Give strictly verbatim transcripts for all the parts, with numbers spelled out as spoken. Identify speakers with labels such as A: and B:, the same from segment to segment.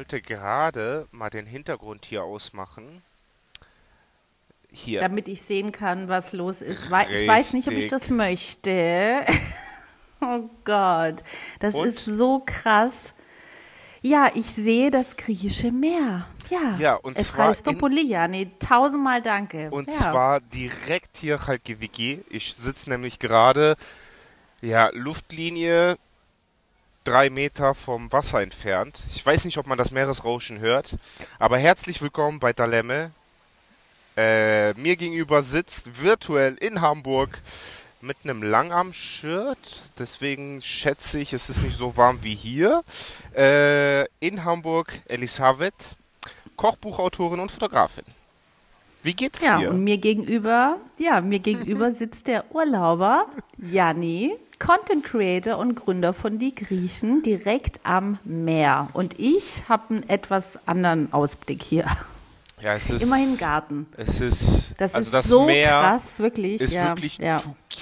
A: wollte gerade mal den Hintergrund hier ausmachen. Hier.
B: Damit ich sehen kann, was los ist. Weil ich weiß nicht, ob ich
A: Richtig.
B: das möchte. Oh Gott, das ist
A: Und?
B: so krass. Ja, ich sehe das griechische Meer. Ja,
A: Ja, und zwar in,
B: Efraistopolia. Nee, tausendmal danke.
A: und
B: Ja.
A: zwar direkt hier Chalkidiki. Ich sitze nämlich gerade, ja, Luftlinie drei Meter vom Wasser entfernt. Ich weiß nicht, ob man das Meeresrauschen hört, aber herzlich willkommen bei Dalemme. Äh, mir gegenüber sitzt virtuell in Hamburg mit einem Langarm-Shirt. Deswegen schätze ich, es ist nicht so warm wie hier. Äh, in Hamburg Elisabeth, Kochbuchautorin und Fotografin. Wie geht's
B: Ja,
A: dir?
B: und mir gegenüber, ja, mir gegenüber sitzt der Urlauber Janni, Content Creator und Gründer von Die Griechen, direkt am Meer. Und ich habe einen etwas anderen Ausblick hier.
A: Ja, es
B: Immerhin
A: ist,
B: Garten.
A: es ist,
B: Das
A: also
B: ist
A: das
B: so
A: Meer
B: krass, wirklich.
A: ist
B: Ja,
A: wirklich
B: ja.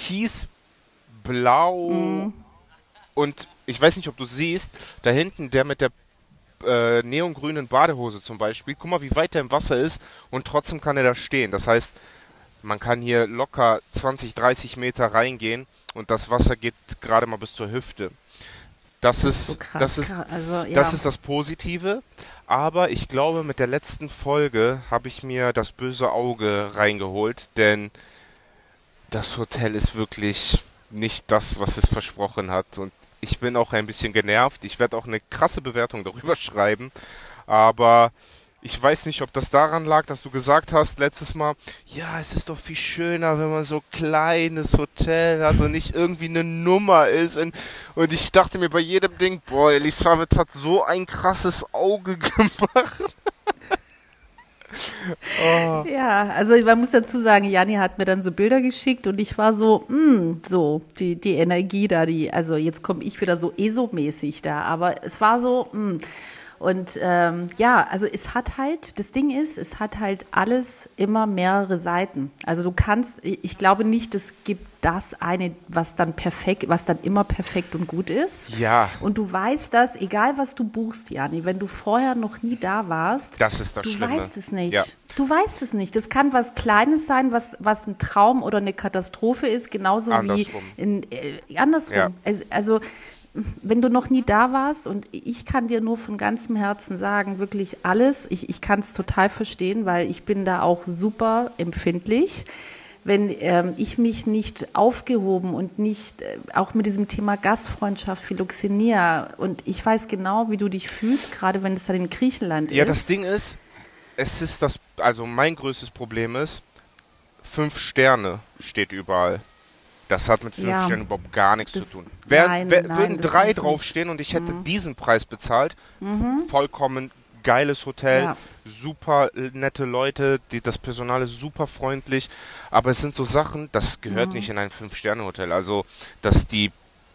A: türkisblau. Und ich weiß nicht, ob du siehst, da hinten der mit der äh, neongrünen Badehose zum Beispiel, guck mal, wie weit der im Wasser ist und trotzdem kann er da stehen. Das heißt, man kann hier locker zwanzig, dreißig Meter reingehen und das Wasser geht gerade mal bis zur Hüfte. Das
B: So
A: ist,
B: krass.
A: das ist,
B: krass. Also,
A: das
B: ja.
A: ist das Positive. Aber ich glaube, mit der letzten Folge habe ich mir das böse Auge reingeholt, denn das Hotel ist wirklich nicht das, was es versprochen hat. Und ich bin auch ein bisschen genervt. Ich werde auch eine krasse Bewertung darüber schreiben. Aber ich weiß nicht, ob das daran lag, dass du gesagt hast letztes Mal, ja, es ist doch viel schöner, wenn man so ein kleines Hotel hat und nicht irgendwie eine Nummer ist. Und, und ich dachte mir bei jedem Ding, boah, Elisabeth hat so ein krasses Auge gemacht. Oh.
B: Ja, also man muss dazu sagen, Janni hat mir dann so Bilder geschickt und ich war so, mh, so, die, die Energie da, die, also jetzt komme ich wieder so E S O-mäßig da, aber es war so, mh. Und ähm, ja, also es hat halt, das Ding ist, es hat halt alles immer mehrere Seiten. Also du kannst, ich glaube nicht, es gibt das eine, was dann perfekt, was dann immer perfekt und gut ist.
A: Ja,
B: Und du weißt das, egal was du buchst, Jani, wenn du vorher noch nie da warst,
A: das ist das
B: du
A: Schlimme.
B: weißt es nicht.
A: Ja.
B: Du weißt es nicht. Das kann was Kleines sein, was, was ein Traum oder eine Katastrophe ist, genauso
A: Andersrum.
B: wie in, äh, andersrum.
A: Ja.
B: Es, also wenn du noch nie da warst und ich kann dir nur von ganzem Herzen sagen, wirklich alles, ich, ich kann es total verstehen, weil ich bin da auch super empfindlich. Wenn ähm, ich mich nicht aufgehoben und nicht, äh, auch mit diesem Thema Gastfreundschaft, Philoxenia, und ich weiß genau, wie du dich fühlst, gerade wenn es dann in Griechenland
A: Ja,
B: ist.
A: das Ding ist, es ist das, also mein größtes Problem ist, fünf Sterne steht überall. Das hat mit fünf
B: Ja,
A: Sternen überhaupt gar nichts zu
B: das,
A: tun. Wären,
B: nein,
A: wär,
B: nein,
A: würden
B: das
A: drei
B: muss nicht.
A: draufstehen und ich hätte diesen Preis bezahlt, vollkommen geiles Hotel,
B: Ja.
A: super nette Leute, die, das Personal ist super freundlich, aber es sind so Sachen, das gehört nicht in ein Fünf-Sterne-Hotel. Also, dass die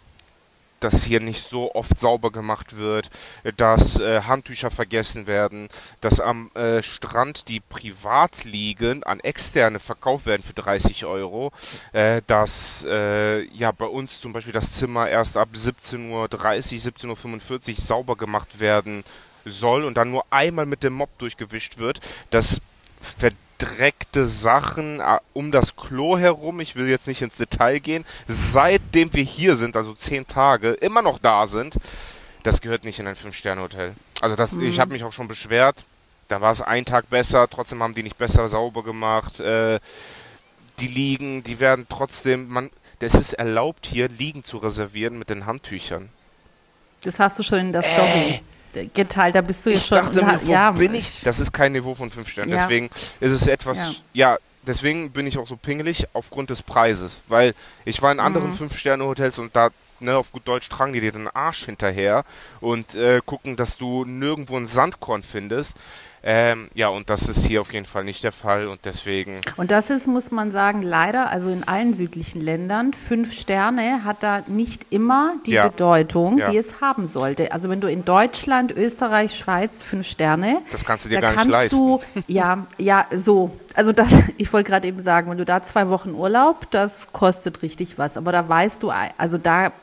A: dass hier nicht so oft sauber gemacht wird, dass äh, Handtücher vergessen werden, dass am äh, Strand, die privat liegen, an Externe verkauft werden für dreißig Euro, äh, dass äh, ja bei uns zum Beispiel das Zimmer erst ab siebzehn Uhr dreißig, siebzehn Uhr fünfundvierzig sauber gemacht werden soll und dann nur einmal mit dem Mop durchgewischt wird, dass verdreckte Sachen äh, um das Klo herum, ich will jetzt nicht ins Detail gehen, seitdem wir hier sind, also zehn Tage, immer noch da sind, das gehört nicht in ein Fünf-Sterne-Hotel. Also das, ich habe mich auch schon beschwert, da war es ein Tag besser, trotzdem haben die nicht besser sauber gemacht, äh, die Liegen, die werden trotzdem, man, es ist erlaubt hier Liegen zu reservieren mit den Handtüchern.
B: Das hast du schon in der Story geteilt, da bist du ja
A: Ich
B: schon.
A: dachte mir, wo
B: ja,
A: bin ich? Das ist kein Niveau von fünf Sternen.
B: Ja.
A: Deswegen ist es etwas,
B: Ja.
A: ja. deswegen bin ich auch so pingelig aufgrund des Preises. Weil ich war in anderen Fünf-Sterne-Hotels und da, ne, auf gut Deutsch tragen die dir den Arsch hinterher und äh, gucken, dass du nirgendwo ein Sandkorn findest. Ähm, ja, und das ist hier auf jeden Fall nicht der Fall und deswegen,
B: Und das ist, muss man sagen, leider, also in allen südlichen Ländern, fünf Sterne hat da nicht immer die
A: Ja.
B: Bedeutung,
A: Ja.
B: die es haben sollte. Also wenn du in Deutschland, Österreich, Schweiz fünf Sterne,
A: das kannst du dir
B: da
A: gar nicht
B: kannst
A: leisten.
B: du, ja, ja, so. Also das, ich wollte gerade eben sagen, wenn du da zwei Wochen Urlaub, das kostet richtig was. Aber da weißt du, also da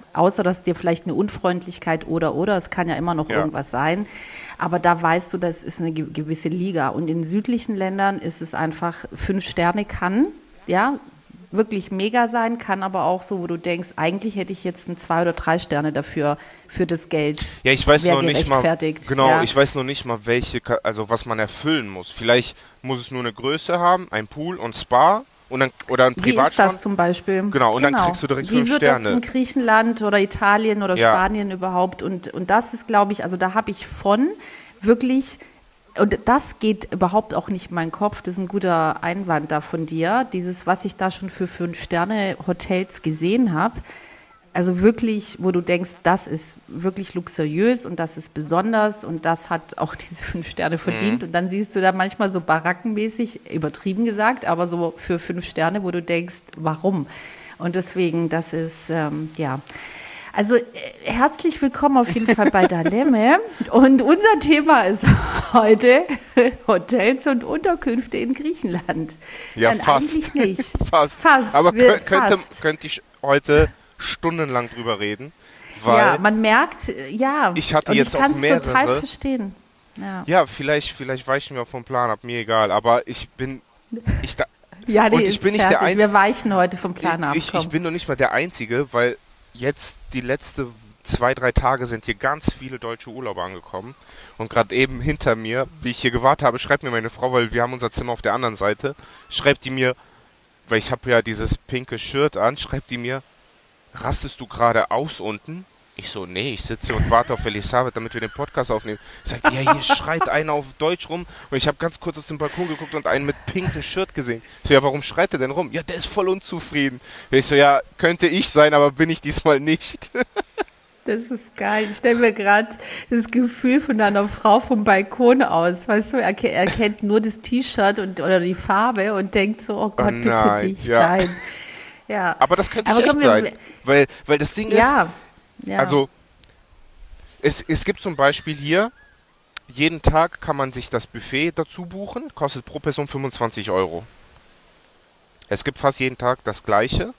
B: außer dass dir vielleicht eine Unfreundlichkeit oder, oder, es kann ja immer noch
A: Ja.
B: irgendwas sein. Aber da weißt du, das ist eine ge- gewisse Liga. Und in südlichen Ländern ist es einfach, fünf Sterne kann, ja, wirklich mega sein, kann aber auch so, wo du denkst, eigentlich hätte ich jetzt ein zwei oder drei Sterne dafür, für das Geld.
A: Ja, ich weiß
B: Wäre
A: noch nicht mal,
B: gerechtfertigt,
A: genau,
B: ja.
A: ich weiß noch nicht mal, welche, Ka- also was man erfüllen muss. Vielleicht muss es nur eine Größe haben, ein Pool und Spa und dann, oder ein
B: Wie ist
A: Privatstrand.
B: das zum Beispiel?
A: Genau, und dann kriegst du direkt
B: Wie
A: fünf
B: wird
A: Sterne.
B: das in Griechenland oder Italien oder
A: Ja.
B: Spanien überhaupt? Und, und das ist, glaube ich, also da habe ich von wirklich, und das geht überhaupt auch nicht in meinen Kopf, das ist ein guter Einwand da von dir, dieses, was ich da schon für Fünf-Sterne-Hotels gesehen habe, also wirklich, wo du denkst, das ist wirklich luxuriös und das ist besonders und das hat auch diese fünf Sterne verdient.
A: Mhm.
B: Und dann siehst du da manchmal so barackenmäßig, übertrieben gesagt, aber so für fünf Sterne, wo du denkst, warum? Und deswegen, das ist, ähm, ja. Also äh, herzlich willkommen auf jeden Fall bei Dahlemme. Und unser Thema ist heute Hotels und Unterkünfte in Griechenland.
A: Ja,
B: Nein,
A: fast.
B: eigentlich nicht.
A: Fast.
B: Fast.
A: Aber
B: Wir-
A: kö- könnte,
B: fast.
A: könnte ich heute stundenlang drüber reden, weil,
B: Ja, man merkt, äh, ja.
A: Ich hatte
B: und
A: jetzt
B: ich
A: auch
B: kann's total
A: mehrere.
B: verstehen. Ja,
A: ja, vielleicht, vielleicht weichen wir vom Plan ab, mir egal, aber ich bin, ich da,
B: ja nee,
A: und ich
B: ist
A: bin nicht der
B: fertig.
A: Einzige-
B: Wir weichen heute vom Plan ab.
A: ich, ich
B: komm.
A: bin noch nicht mal der Einzige, weil jetzt die letzte zwei, drei Tage sind hier ganz viele deutsche Urlauber angekommen. Und gerade eben hinter mir, wie ich hier gewartet habe, schreibt mir meine Frau, weil wir haben unser Zimmer auf der anderen Seite, schreibt die mir, weil ich habe ja dieses pinke Shirt an, schreibt die mir, rastest du gerade aus unten? Ich so, nee, ich sitze und warte auf Elisabeth, damit wir den Podcast aufnehmen. Sagt die, ja, hier schreit einer auf Deutsch rum. Und ich habe ganz kurz aus dem Balkon geguckt und einen mit pinkem Shirt gesehen. Ich so, ja, warum schreit der denn rum? Ja, der ist voll unzufrieden. Ich so, ja, könnte ich sein, aber bin ich diesmal nicht.
B: Das ist geil. Ich stelle mir gerade das Gefühl von einer Frau vom Balkon aus. Weißt du, er, ke- er kennt nur das T-Shirt und oder die Farbe und denkt so, oh Gott,
A: Oh
B: bitte
A: nein,
B: nicht.
A: ja.
B: Nein. Ja.
A: Aber das könnte
B: Aber
A: ich echt
B: komm, wir-
A: sein. Weil, weil das Ding ist,
B: ja. ja.
A: also, es, es gibt zum Beispiel hier, jeden Tag kann man sich das Buffet dazu buchen, kostet pro Person fünfundzwanzig Euro. Es gibt fast jeden Tag das Gleiche.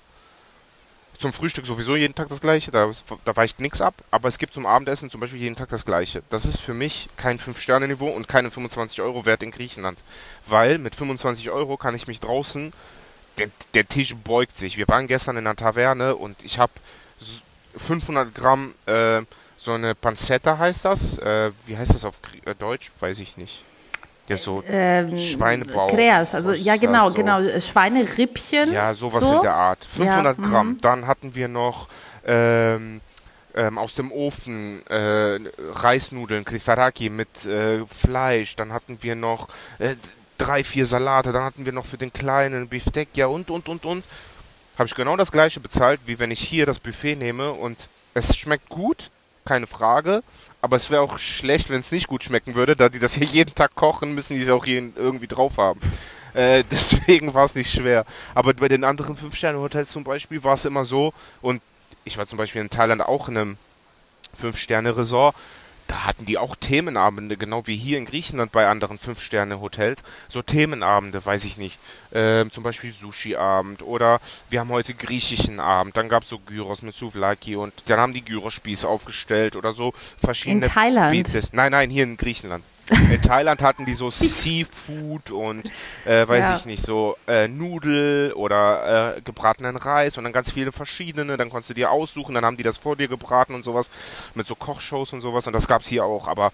A: Zum Frühstück sowieso jeden Tag das Gleiche, da, da weicht nichts ab. Aber es gibt zum Abendessen zum Beispiel jeden Tag das Gleiche. Das ist für mich kein fünf Sterne Niveau und keine fünfundzwanzig Euro wert in Griechenland. Weil mit fünfundzwanzig Euro kann ich mich draußen, der, der Tisch beugt sich. Wir waren gestern in einer Taverne und ich habe fünfhundert Gramm, äh, so eine Pancetta heißt das. Äh, wie heißt das auf Grie- äh, Deutsch? Weiß ich nicht. Ja, so
B: ähm,
A: Schweinebauch.
B: Kreas, also
A: Was
B: ja
A: ist
B: genau,
A: das so?
B: genau, äh, Schweinerippchen.
A: Ja, sowas
B: so.
A: in der Art. fünfhundert
B: Ja,
A: Gramm.
B: mhm.
A: Dann hatten wir noch ähm, ähm, aus dem Ofen äh, Reisnudeln, Krisaraki mit äh, Fleisch. Dann hatten wir noch äh, drei, vier Salate. Dann hatten wir noch für den kleinen Biftek, ja und, und, und, und. Habe ich genau das gleiche bezahlt, wie wenn ich hier das Buffet nehme und es schmeckt gut, keine Frage. Aber es wäre auch schlecht, wenn es nicht gut schmecken würde, da die das hier jeden Tag kochen, müssen die es auch hier irgendwie drauf haben. Äh, deswegen war es nicht schwer. Aber bei den anderen Fünf-Sterne-Hotels zum Beispiel war es immer so, und ich war zum Beispiel in Thailand auch in einem Fünf-Sterne-Resort, da hatten die auch Themenabende, genau wie hier in Griechenland bei anderen Fünf-Sterne-Hotels. So Themenabende, weiß ich nicht. Ähm, zum Beispiel Sushi-Abend oder wir haben heute griechischen Abend. Dann gab es so Gyros mit Souvlaki und dann haben die Gyrospieße aufgestellt oder so verschiedene
B: In Thailand?
A: Beates. Nein, nein, hier in Griechenland. In Thailand hatten die so Seafood und äh, weiß
B: Ja.
A: ich nicht, so äh, Nudel oder äh, gebratenen Reis und dann ganz viele verschiedene, dann konntest du dir aussuchen, dann haben die das vor dir gebraten und sowas, mit so Kochshows und sowas und das gab's hier auch, aber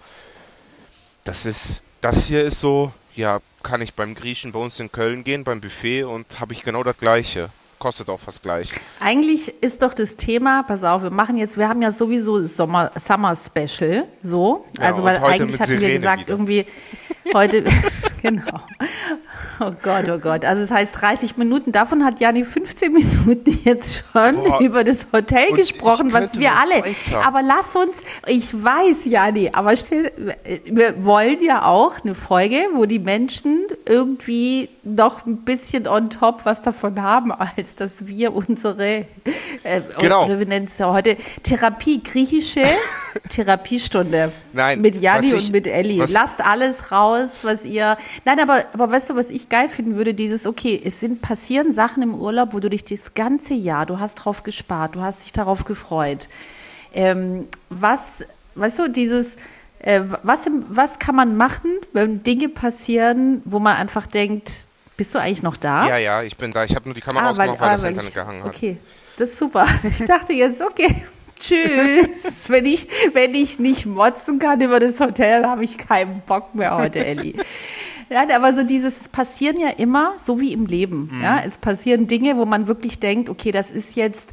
A: das ist, das hier ist so, ja, kann ich beim Griechen bei uns in Köln gehen, beim Buffet und habe ich genau das Gleiche. Kostet auch fast gleich.
B: Eigentlich ist doch das Thema, pass auf, wir machen jetzt, wir haben ja sowieso Sommer, Summer Special, so.
A: Ja,
B: also,
A: und
B: weil
A: heute
B: eigentlich
A: mit
B: hatten wir
A: Sirene
B: gesagt,
A: wieder.
B: irgendwie heute, genau. Oh Gott, oh Gott. Also, das heißt dreißig Minuten, davon hat Janni fünfzehn Minuten jetzt schon
A: Boah.
B: über das Hotel
A: Und
B: gesprochen,
A: ich
B: was
A: könnte
B: wir
A: noch
B: alle.
A: weiter.
B: Aber lass uns, ich weiß, Janni, aber still, wir wollen ja auch eine Folge, wo die Menschen irgendwie noch ein bisschen on top was davon haben, als dass wir unsere, äh,
A: Genau.
B: oder wir nennen es ja heute Therapie, griechische Therapiestunde.
A: Nein,
B: mit Janni
A: was ich-
B: und mit Elli.
A: was-
B: Lasst alles raus, was ihr. Nein, aber, aber weißt du, was ich geil finden würde? Dieses, okay, es sind passieren Sachen im Urlaub, wo du dich das ganze Jahr, du hast drauf gespart, du hast dich darauf gefreut. Ähm, was, weißt du, dieses, äh, was, im- was kann man machen, wenn Dinge passieren, wo man einfach denkt, bist du eigentlich noch da?
A: Ja, ja, ich bin da. Ich habe nur die Kamera
B: Ah, weil,
A: ausgemacht, weil
B: ah,
A: das
B: weil
A: Internet
B: ich,
A: gehangen hat.
B: okay, das ist super. Ich dachte jetzt, okay, tschüss. wenn, ich, wenn ich nicht motzen kann über das Hotel, dann habe ich keinen Bock mehr heute, Elli. Nein, aber so dieses, es passieren ja immer, so wie im Leben.
A: Mhm.
B: Ja? Es passieren Dinge, wo man wirklich denkt, okay, das ist jetzt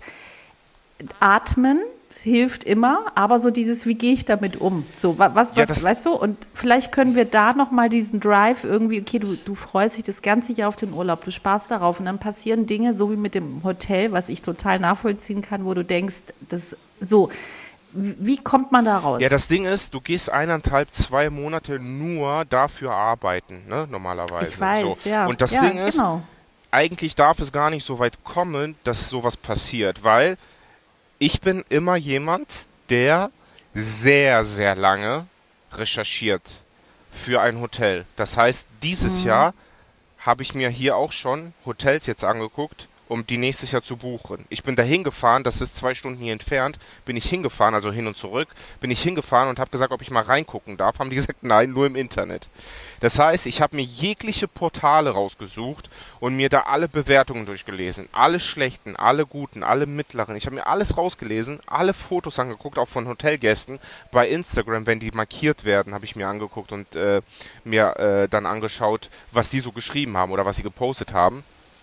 B: Atmen, es hilft immer, aber so dieses, wie gehe ich damit um? So, wa- was, was,
A: Ja, das-
B: weißt du? Und vielleicht können wir da nochmal diesen Drive irgendwie, okay, du, du freust dich das ganze Jahr auf den Urlaub, du sparst darauf und dann passieren Dinge, so wie mit dem Hotel, was ich total nachvollziehen kann, wo du denkst, das, so, wie wie kommt man da raus?
A: Ja, das Ding ist, du gehst eineinhalb, zwei Monate nur dafür arbeiten, ne, normalerweise.
B: ich weiß,
A: so.
B: ja.
A: Und das
B: ja,
A: Ding ist,
B: genau.
A: eigentlich darf es gar nicht so weit kommen, dass sowas passiert, weil ich bin immer jemand, der sehr, sehr lange recherchiert für ein Hotel. Das heißt, dieses Jahr habe ich mir hier auch schon Hotels jetzt angeguckt, um die nächstes Jahr zu buchen. Ich bin da hingefahren, das ist zwei Stunden hier entfernt, bin ich hingefahren, also hin und zurück, bin ich hingefahren und habe gesagt, ob ich mal reingucken darf. Haben die gesagt, nein, nur im Internet. Das heißt, ich habe mir jegliche Portale rausgesucht und mir da alle Bewertungen durchgelesen. Alle schlechten, alle guten, alle mittleren. Ich habe mir alles rausgelesen, alle Fotos angeguckt, auch von Hotelgästen. Bei Instagram, wenn die markiert werden, habe ich mir angeguckt und äh, mir äh, dann angeschaut, was die so geschrieben haben oder was sie gepostet haben.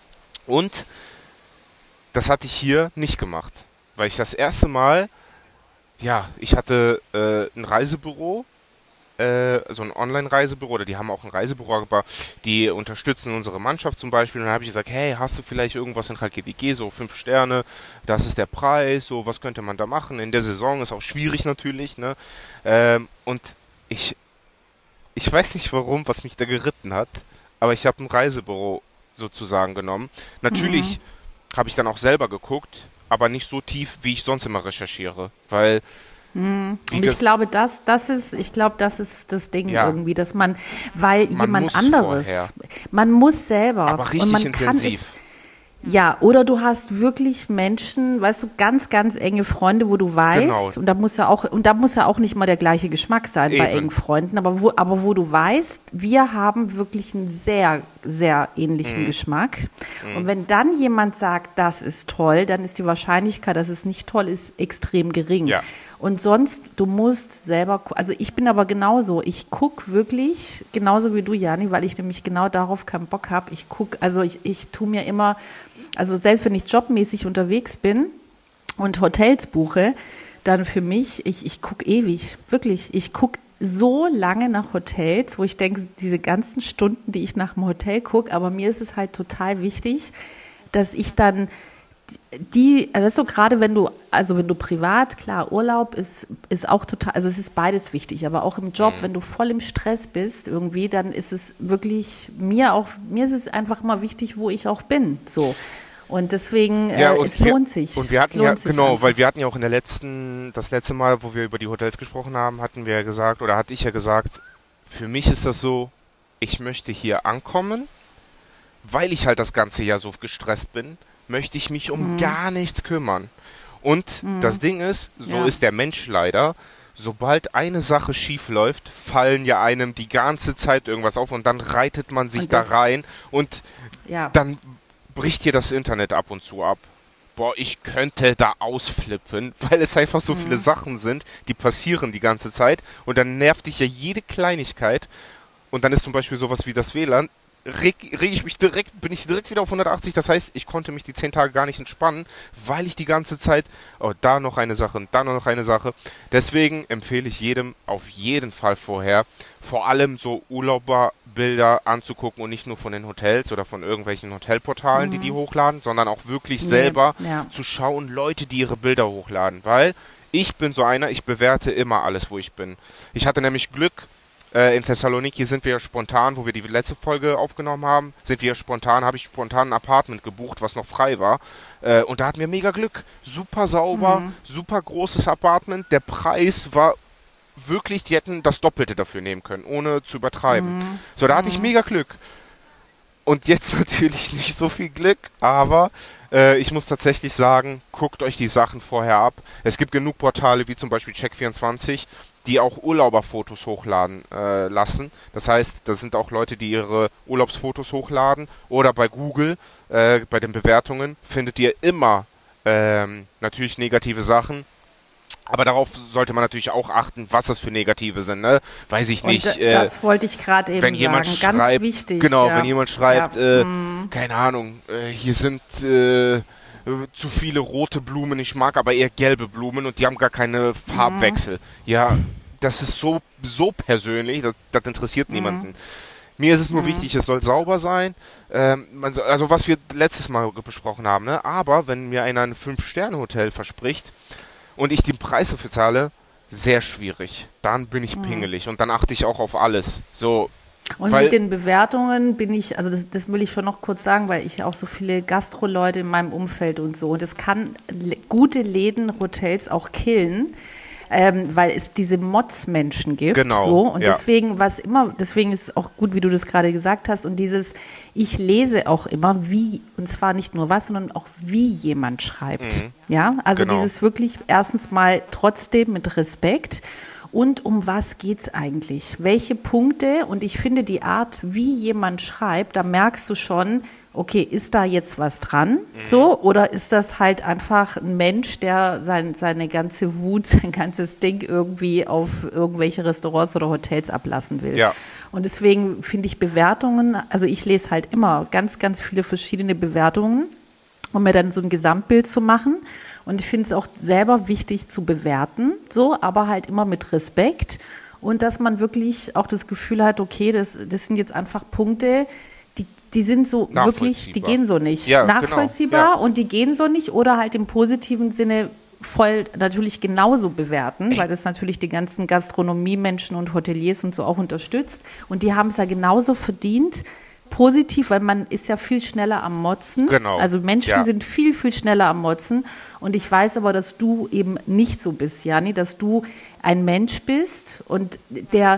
A: Und das hatte ich hier nicht gemacht, weil ich das erste Mal, ja, ich hatte äh, ein Reisebüro, äh, so ein Online-Reisebüro, oder die haben auch ein Reisebüro, aber die unterstützen unsere Mannschaft zum Beispiel. Und dann habe ich gesagt, hey, hast du vielleicht irgendwas in Chalkidiki, so fünf Sterne, das ist der Preis, so was könnte man da machen? In der Saison ist auch schwierig natürlich, ne? Ähm, und ich, ich weiß nicht warum, was mich da geritten hat, aber ich habe ein Reisebüro sozusagen genommen. Natürlich habe ich dann auch selber geguckt, aber nicht so tief, wie ich sonst immer recherchiere, weil wie
B: Und ich
A: ges-
B: glaube, das, das ist, ich glaube, das ist das Ding
A: Ja.
B: irgendwie, dass man, weil
A: Man
B: jemand
A: muss
B: anderes,
A: vorher.
B: man muss selber.
A: Aber richtig
B: und man
A: intensiv.
B: Kann es, ja, oder du hast wirklich Menschen, weißt du, ganz, ganz enge Freunde, wo du weißt,
A: Genau.
B: und da muss ja auch, und da muss ja auch nicht mal der gleiche Geschmack sein bei
A: Eben.
B: engen Freunden, aber wo, aber wo du weißt, wir haben wirklich einen sehr, sehr ähnlichen
A: Mhm.
B: Geschmack. Und wenn dann jemand sagt, das ist toll, dann ist die Wahrscheinlichkeit, dass es nicht toll ist, extrem gering.
A: Ja.
B: Und sonst, du musst selber, gu- also ich bin aber genauso, ich gucke wirklich, genauso wie du, Jani, weil ich nämlich genau darauf keinen Bock habe. Ich gucke, also ich, ich tue mir immer, also selbst wenn ich jobmäßig unterwegs bin und Hotels buche, dann für mich, ich, ich gucke ewig, wirklich, ich gucke so lange nach Hotels, wo ich denke, diese ganzen Stunden, die ich nach dem Hotel gucke, aber mir ist es halt total wichtig, dass ich dann die, weißt du, gerade wenn du, also wenn du privat, klar, Urlaub ist, ist auch total, also es ist beides wichtig, aber auch im Job, wenn du voll im Stress bist irgendwie, dann ist es wirklich, mir auch, mir ist es einfach immer wichtig, wo ich auch bin, so. Und deswegen,
A: Ja,
B: äh,
A: und
B: es
A: wir,
B: lohnt sich.
A: Und wir
B: Es
A: hatten ja,
B: lohnt sich
A: genau,
B: einfach.
A: weil wir hatten ja auch in der letzten, das letzte Mal, wo wir über die Hotels gesprochen haben, hatten wir ja gesagt, oder hatte ich ja gesagt, für mich ist das so, ich möchte hier ankommen, weil ich halt das ganze Jahr so gestresst bin, möchte ich mich um
B: Mhm.
A: gar nichts kümmern. Und das Ding ist, so
B: Ja.
A: ist der Mensch leider, sobald eine Sache schief läuft, fallen ja einem die ganze Zeit irgendwas auf und dann reitet man sich
B: Und
A: da
B: das-
A: rein und
B: Ja.
A: dann bricht hier das Internet ab und zu ab. Boah, ich könnte da ausflippen, weil es einfach so viele Sachen sind, die passieren die ganze Zeit und dann nervt dich ja jede Kleinigkeit und dann ist zum Beispiel sowas wie das W L A N, reg, reg ich mich direkt, bin ich direkt wieder auf hundertachtzig, das heißt, ich konnte mich die zehn Tage gar nicht entspannen, weil ich die ganze Zeit, oh, da noch eine Sache und da noch eine Sache. Deswegen empfehle ich jedem auf jeden Fall vorher, vor allem so Urlauberbilder anzugucken und nicht nur von den Hotels oder von irgendwelchen Hotelportalen, die die hochladen, sondern auch wirklich
B: Nee,
A: selber
B: ja.
A: zu schauen, Leute, die ihre Bilder hochladen, weil ich bin so einer, ich bewerte immer alles, wo ich bin. Ich hatte nämlich Glück, Äh, in Thessaloniki sind wir spontan, wo wir die letzte Folge aufgenommen haben, sind wir spontan, habe ich spontan ein Apartment gebucht, was noch frei war. Äh, und da hatten wir mega Glück. Super sauber, mhm. super großes Apartment. Der Preis war wirklich, die hätten das Doppelte dafür nehmen können, ohne zu übertreiben. Mhm. So, da hatte ich mega Glück. Und jetzt natürlich nicht so viel Glück, aber äh, ich muss tatsächlich sagen, guckt euch die Sachen vorher ab. Es gibt genug Portale wie zum Beispiel Check vierundzwanzig, die auch Urlauberfotos hochladen äh, lassen. Das heißt, da sind auch Leute, die ihre Urlaubsfotos hochladen. Oder bei Google, äh, bei den Bewertungen, findet ihr immer ähm, natürlich negative Sachen. Aber darauf sollte man natürlich auch achten, was das für negative sind, ne? Weiß ich nicht.
B: Und das äh, wollte ich gerade eben
A: wenn jemand
B: sagen.
A: Schreibt,
B: Ganz wichtig.
A: Genau,
B: ja.
A: wenn jemand schreibt,
B: ja.
A: äh, mm. keine Ahnung, äh, hier sind äh, zu viele rote Blumen, ich mag aber eher gelbe Blumen und die haben gar keine Farbwechsel. Mm. Ja, das ist so, so persönlich, das, das interessiert mm. niemanden. Mir ist es nur mm. wichtig, es soll sauber sein. Ähm, man soll, also was wir letztes Mal besprochen haben, ne? Aber wenn mir einer ein Fünf-Sterne-Hotel verspricht, und ich den Preis dafür zahle, sehr schwierig. Dann bin ich pingelig und dann achte ich auch auf alles. So,
B: und
A: weil,
B: mit den Bewertungen bin ich, also das, das will ich schon noch kurz sagen, weil ich auch so viele Gastro-Leute in meinem Umfeld und so, und das kann gute Läden, Hotels auch killen, ähm, weil es diese Mods-Menschen gibt.
A: Genau,
B: so. Und
A: ja.
B: deswegen, was immer, deswegen ist es auch gut, wie du das gerade gesagt hast, und dieses, ich lese auch immer, wie, und zwar nicht nur was, sondern auch wie jemand schreibt.
A: Mhm.
B: Ja, also
A: genau.
B: dieses wirklich erstens mal trotzdem mit Respekt. Und um was geht's eigentlich? Welche Punkte? Und ich finde die Art, wie jemand schreibt, da merkst du schon, okay, ist da jetzt was dran? Mhm. So? Oder ist das halt einfach ein Mensch, der sein, seine ganze Wut, sein ganzes Ding irgendwie auf irgendwelche Restaurants oder Hotels ablassen will?
A: Ja.
B: Und deswegen finde ich Bewertungen, also ich lese halt immer ganz, ganz viele verschiedene Bewertungen, um mir dann so ein Gesamtbild zu machen. Und ich finde es auch selber wichtig zu bewerten, so, aber halt immer mit Respekt. Und dass man wirklich auch das Gefühl hat, okay, das, das sind jetzt einfach Punkte, die, die sind so wirklich, die gehen so nicht.
A: Ja,
B: nachvollziehbar
A: genau, ja.
B: Und die gehen so nicht, oder halt im positiven Sinne voll natürlich genauso bewerten, weil das natürlich die ganzen Gastronomiemenschen und Hoteliers und so auch unterstützt. Und die haben es ja genauso verdient, positiv, weil man ist ja viel schneller am Motzen.
A: Genau.
B: Also Menschen
A: ja.
B: sind viel, viel schneller am Motzen. Und ich weiß aber, dass du eben nicht so bist, Jani, dass du ein Mensch bist und der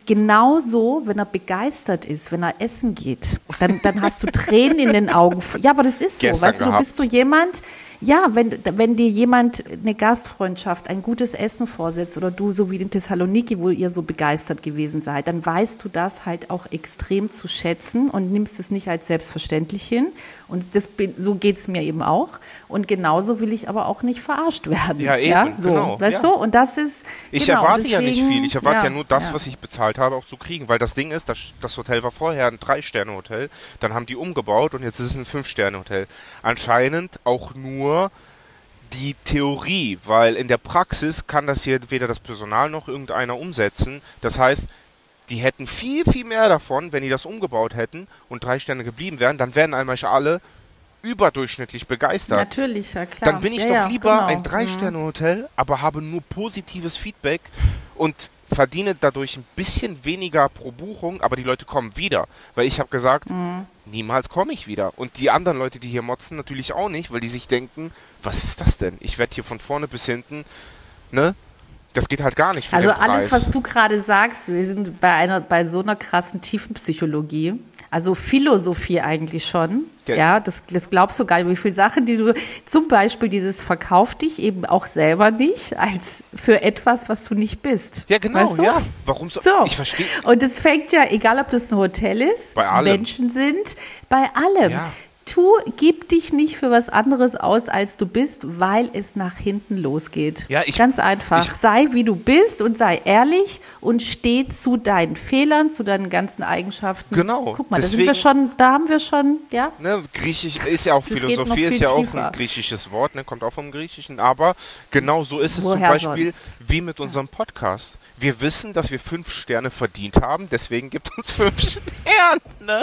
B: genauso, wenn er begeistert ist, wenn er essen geht, dann, dann hast du Tränen in den Augen. Ja, aber das ist so.
A: Gestern
B: Weißt du, du bist so jemand, ja, wenn, wenn dir jemand eine Gastfreundschaft, ein gutes Essen vorsetzt oder du, so wie in Thessaloniki, wo ihr so begeistert gewesen seid, dann weißt du das halt auch extrem zu schätzen und nimmst es nicht als selbstverständlich hin. Und das, so geht es mir eben auch. Und genauso will ich aber auch nicht verarscht werden.
A: Ja, eben,
B: ja? So,
A: genau.
B: Weißt
A: ja.
B: du? Und das ist,
A: Ich
B: genau,
A: erwarte
B: deswegen,
A: ja nicht viel. Ich erwarte ja,
B: ja
A: nur das,
B: ja.
A: was ich bezahlt habe, auch zu kriegen. Weil das Ding ist, das, das Hotel war vorher ein Drei-Sterne-Hotel. Dann haben die umgebaut und jetzt ist es ein Fünf-Sterne-Hotel. Anscheinend auch nur die Theorie, weil in der Praxis kann das hier weder das Personal noch irgendeiner umsetzen. Das heißt, die hätten viel, viel mehr davon, wenn die das umgebaut hätten und drei Sterne geblieben wären, dann wären einmal alle überdurchschnittlich begeistert.
B: Natürlich, ja klar.
A: Dann bin ich
B: ja,
A: doch
B: ja,
A: lieber
B: genau.
A: ein Drei-Sterne-Hotel, aber habe nur positives Feedback und verdiene dadurch ein bisschen weniger pro Buchung, aber die Leute kommen wieder. Weil ich habe gesagt, mhm. niemals komme ich wieder. Und die anderen Leute, die hier motzen, natürlich auch nicht, weil die sich denken, was ist das denn? Ich werde hier von vorne bis hinten, ne? Das geht halt gar nicht für
B: Also
A: den Preis.
B: alles, was du gerade sagst, wir sind bei einer, bei so einer krassen Tiefenpsychologie, also Philosophie eigentlich schon. Ja, ja das, das glaubst du gar nicht, wie viele Sachen, die du, zum Beispiel dieses verkauf dich eben auch selber nicht als für etwas, was du nicht bist.
A: Ja, genau,
B: weißt du?
A: ja. Warum so?
B: so?
A: Ich verstehe.
B: Und es fängt ja, egal ob das ein Hotel ist,
A: bei allem.
B: Menschen sind, bei allem.
A: Ja.
B: Tu, gib dich nicht für was anderes aus, als du bist, weil es nach hinten losgeht.
A: Ja, ich,
B: Ganz einfach. Ich, sei, wie du bist und sei ehrlich und steh zu deinen Fehlern, zu deinen ganzen Eigenschaften.
A: Genau.
B: Guck mal,
A: deswegen,
B: da sind wir schon, da haben wir schon, ja.
A: Ne, Griechisch ist ja auch das Philosophie, ist ja
B: tiefer.
A: auch ein griechisches Wort, ne, kommt auch vom Griechischen, aber genau so ist es
B: Woher
A: zum Beispiel
B: sonst?
A: wie mit unserem Podcast. Wir wissen, dass wir fünf Sterne verdient haben, deswegen gibt uns fünf Sterne. Ne?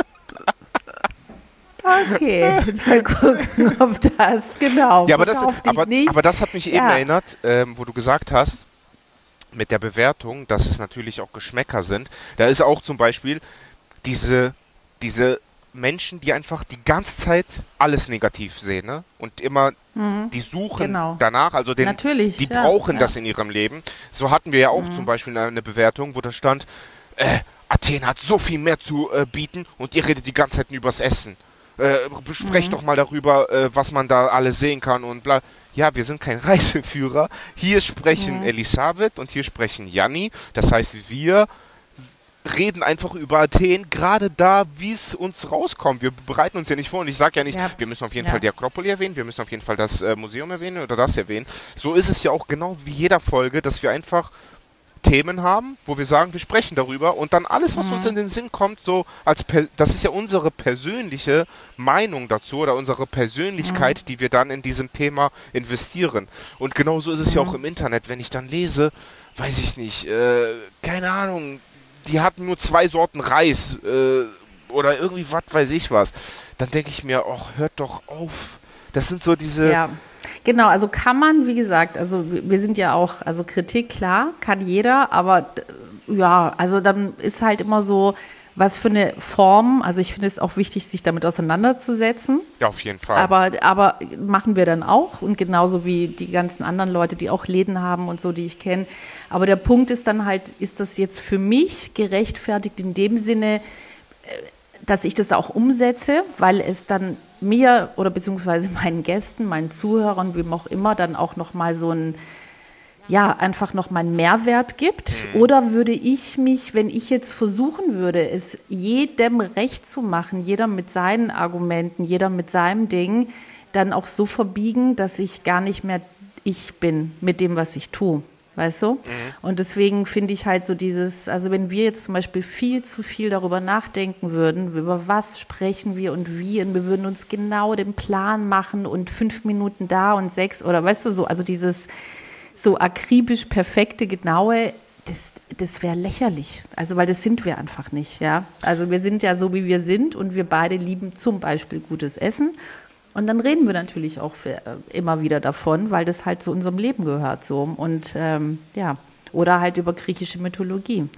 B: Okay, jetzt mal gucken, ob das, genau.
A: Ja, aber das, aber, aber das hat mich eben
B: ja.
A: erinnert, ähm, wo du gesagt hast, mit der Bewertung, dass es natürlich auch Geschmäcker sind. Da ist auch zum Beispiel diese, diese Menschen, die einfach die ganze Zeit alles negativ sehen, ne? Und immer,
B: Mhm.
A: die suchen
B: Genau.
A: danach, also den,
B: Natürlich,
A: die
B: ja,
A: brauchen
B: ja.
A: das in ihrem Leben. So hatten wir ja auch zum Beispiel eine, eine Bewertung, wo da stand, äh, Athen hat so viel mehr zu äh, bieten und ihr redet die ganze Zeit nur übers Essen. Äh, besprecht doch mal darüber, äh, was man da alles sehen kann und bla. Ja, wir sind kein Reiseführer. Hier sprechen Elisabeth und hier sprechen Janni. Das heißt, wir reden einfach über Athen, gerade da, wie es uns rauskommt. Wir bereiten uns ja nicht vor und ich sage ja nicht,
B: Ja.
A: wir müssen auf jeden
B: Ja.
A: Fall die Akropolis erwähnen, wir müssen auf jeden Fall das äh, Museum erwähnen oder das erwähnen. So ist es ja auch genau wie jeder Folge, dass wir einfach Themen haben, wo wir sagen, wir sprechen darüber und dann alles, was uns in den Sinn kommt, so als per das ist ja unsere persönliche Meinung dazu oder unsere Persönlichkeit, die wir dann in diesem Thema investieren. Und genauso ist es ja auch im Internet, wenn ich dann lese, weiß ich nicht, äh, keine Ahnung, die hatten nur zwei Sorten Reis äh, oder irgendwie was weiß ich was, dann denke ich mir, ach, hört doch auf. Das sind so diese...
B: Ja, genau, also kann man, wie gesagt, also wir wir sind ja auch, also Kritik, klar, kann jeder, aber d- ja, also dann ist halt immer so, was für eine Form, also ich finde es auch wichtig, sich damit auseinanderzusetzen,
A: Ja, auf jeden Fall.
B: aber, aber machen wir dann auch und genauso wie die ganzen anderen Leute, die auch Läden haben und so, die ich kenne. Aber der Punkt ist dann halt, ist das jetzt für mich gerechtfertigt in dem Sinne, dass ich das auch umsetze, weil es dann mir oder beziehungsweise meinen Gästen, meinen Zuhörern, wem auch immer, dann auch nochmal so ein, ja, einfach nochmal einen Mehrwert gibt. Oder würde ich mich, wenn ich jetzt versuchen würde, es jedem recht zu machen, jeder mit seinen Argumenten, jeder mit seinem Ding, dann auch so verbiegen, dass ich gar nicht mehr ich bin mit dem, was ich tue. Weißt du? Und deswegen finde ich halt so dieses, also wenn wir jetzt zum Beispiel viel zu viel darüber nachdenken würden, über was sprechen wir und wie, und wir würden uns genau den Plan machen und fünf Minuten da und sechs oder weißt du so, also dieses so akribisch perfekte, genaue, das, das wäre lächerlich. Also weil das sind wir einfach nicht, ja. Also wir sind ja so, wie wir sind und wir beide lieben zum Beispiel gutes Essen. Und dann reden wir natürlich auch für, äh, immer wieder davon, weil das halt zu unserem Leben gehört so. Und ähm, ja, oder halt über griechische Mythologie.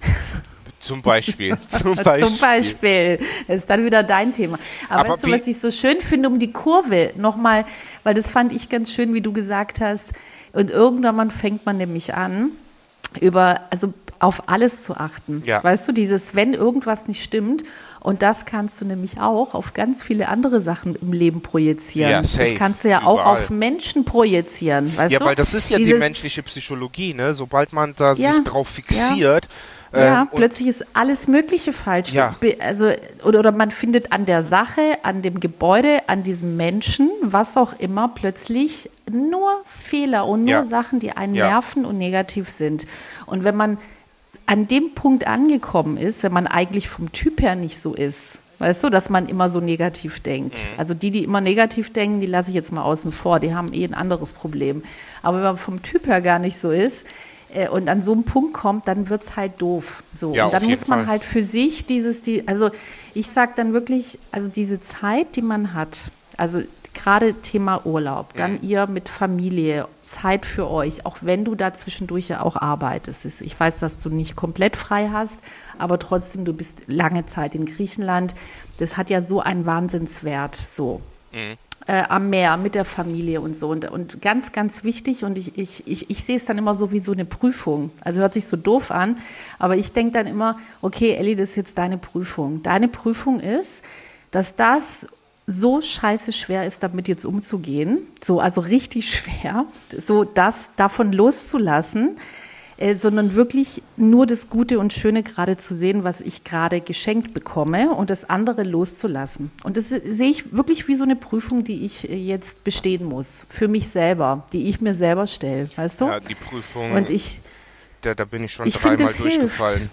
A: Zum Beispiel. Zum Beispiel.
B: Zum Beispiel. Das ist dann wieder dein Thema. Aber,
A: Aber
B: weißt du,
A: wie-
B: was ich so schön finde, um die Kurve nochmal, weil das fand ich ganz schön, wie du gesagt hast. Und irgendwann fängt man nämlich an, über, also auf alles zu achten.
A: Ja.
B: Weißt du, dieses, wenn irgendwas nicht stimmt, und das kannst du nämlich auch auf ganz viele andere Sachen im Leben projizieren.
A: Ja, safe.
B: Das kannst du ja auch
A: Überall.
B: auf Menschen projizieren, weißt
A: Ja,
B: du?
A: weil das ist ja die
B: Dieses-
A: menschliche Psychologie, ne? Sobald man da
B: Ja,
A: sich drauf fixiert.
B: Ja,
A: ähm, und
B: plötzlich ist alles Mögliche falsch.
A: Ja.
B: Be- Also, oder, oder man findet an der Sache, an dem Gebäude, an diesem Menschen, was auch immer, plötzlich nur Fehler und nur
A: Ja.
B: Sachen, die einen
A: Ja.
B: nerven und negativ sind. Und wenn man an dem Punkt angekommen ist, wenn man eigentlich vom Typ her nicht so ist, weißt du, dass man immer so negativ denkt. Also die, die immer negativ denken, die lasse ich jetzt mal außen vor, die haben eh ein anderes Problem. Aber wenn man vom Typ her gar nicht so ist, äh, und an so einen Punkt kommt, dann wird es halt doof. So.
A: Ja,
B: und dann
A: auf
B: muss
A: jeden
B: man
A: Fall.
B: halt für sich dieses, die, also ich sage dann wirklich, also diese Zeit, die man hat, also gerade Thema Urlaub, dann ihr mit Familie, Zeit für euch, auch wenn du da zwischendurch ja auch arbeitest. Es- Ich weiß, dass du nicht komplett frei hast, aber trotzdem, du bist lange Zeit in Griechenland. Das hat ja so einen Wahnsinnswert, so. Äh, am Meer, mit der Familie und so. Und, und ganz, ganz wichtig, und ich, ich, ich, ich sehe es dann immer so wie so eine Prüfung. Also hört sich so doof an, aber ich denke dann immer, okay, Elli, das ist jetzt deine Prüfung. Deine Prüfung ist, dass das so scheiße schwer ist, damit jetzt umzugehen, so also richtig schwer, so das davon loszulassen, äh, sondern wirklich nur das Gute und Schöne gerade zu sehen, was ich gerade geschenkt bekomme und das andere loszulassen. Und das sehe ich wirklich wie so eine Prüfung, die ich äh, jetzt bestehen muss, für mich selber, die ich mir selber stelle, weißt du?
A: ja, die Prüfung,
B: Und ich,
A: da, da bin ich schon
B: ich find,
A: dreimal
B: es
A: durchgefallen.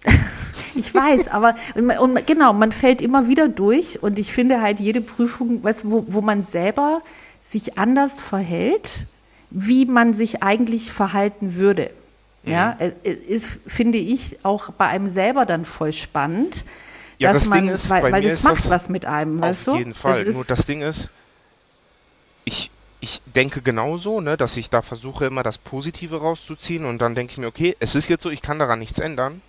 B: Ich weiß, aber und, man- und genau, man fällt immer wieder durch und ich finde halt jede Prüfung, weißt, du, wo, wo man selber sich anders verhält, wie man sich eigentlich verhalten würde. Ja,
A: Mhm.
B: es ist, finde ich, auch bei einem selber dann voll spannend,
A: Ja,
B: dass
A: das
B: man,
A: Ding ist,
B: weil,
A: bei
B: weil
A: mir
B: das
A: ist
B: macht
A: das
B: was mit einem, weißt du?
A: Auf jeden Fall.
B: Das ist,
A: Nur das Ding ist, ich ich denke genauso, ne, dass ich da versuche, immer das Positive rauszuziehen und dann denke ich mir, okay, es ist jetzt so, ich kann daran nichts ändern,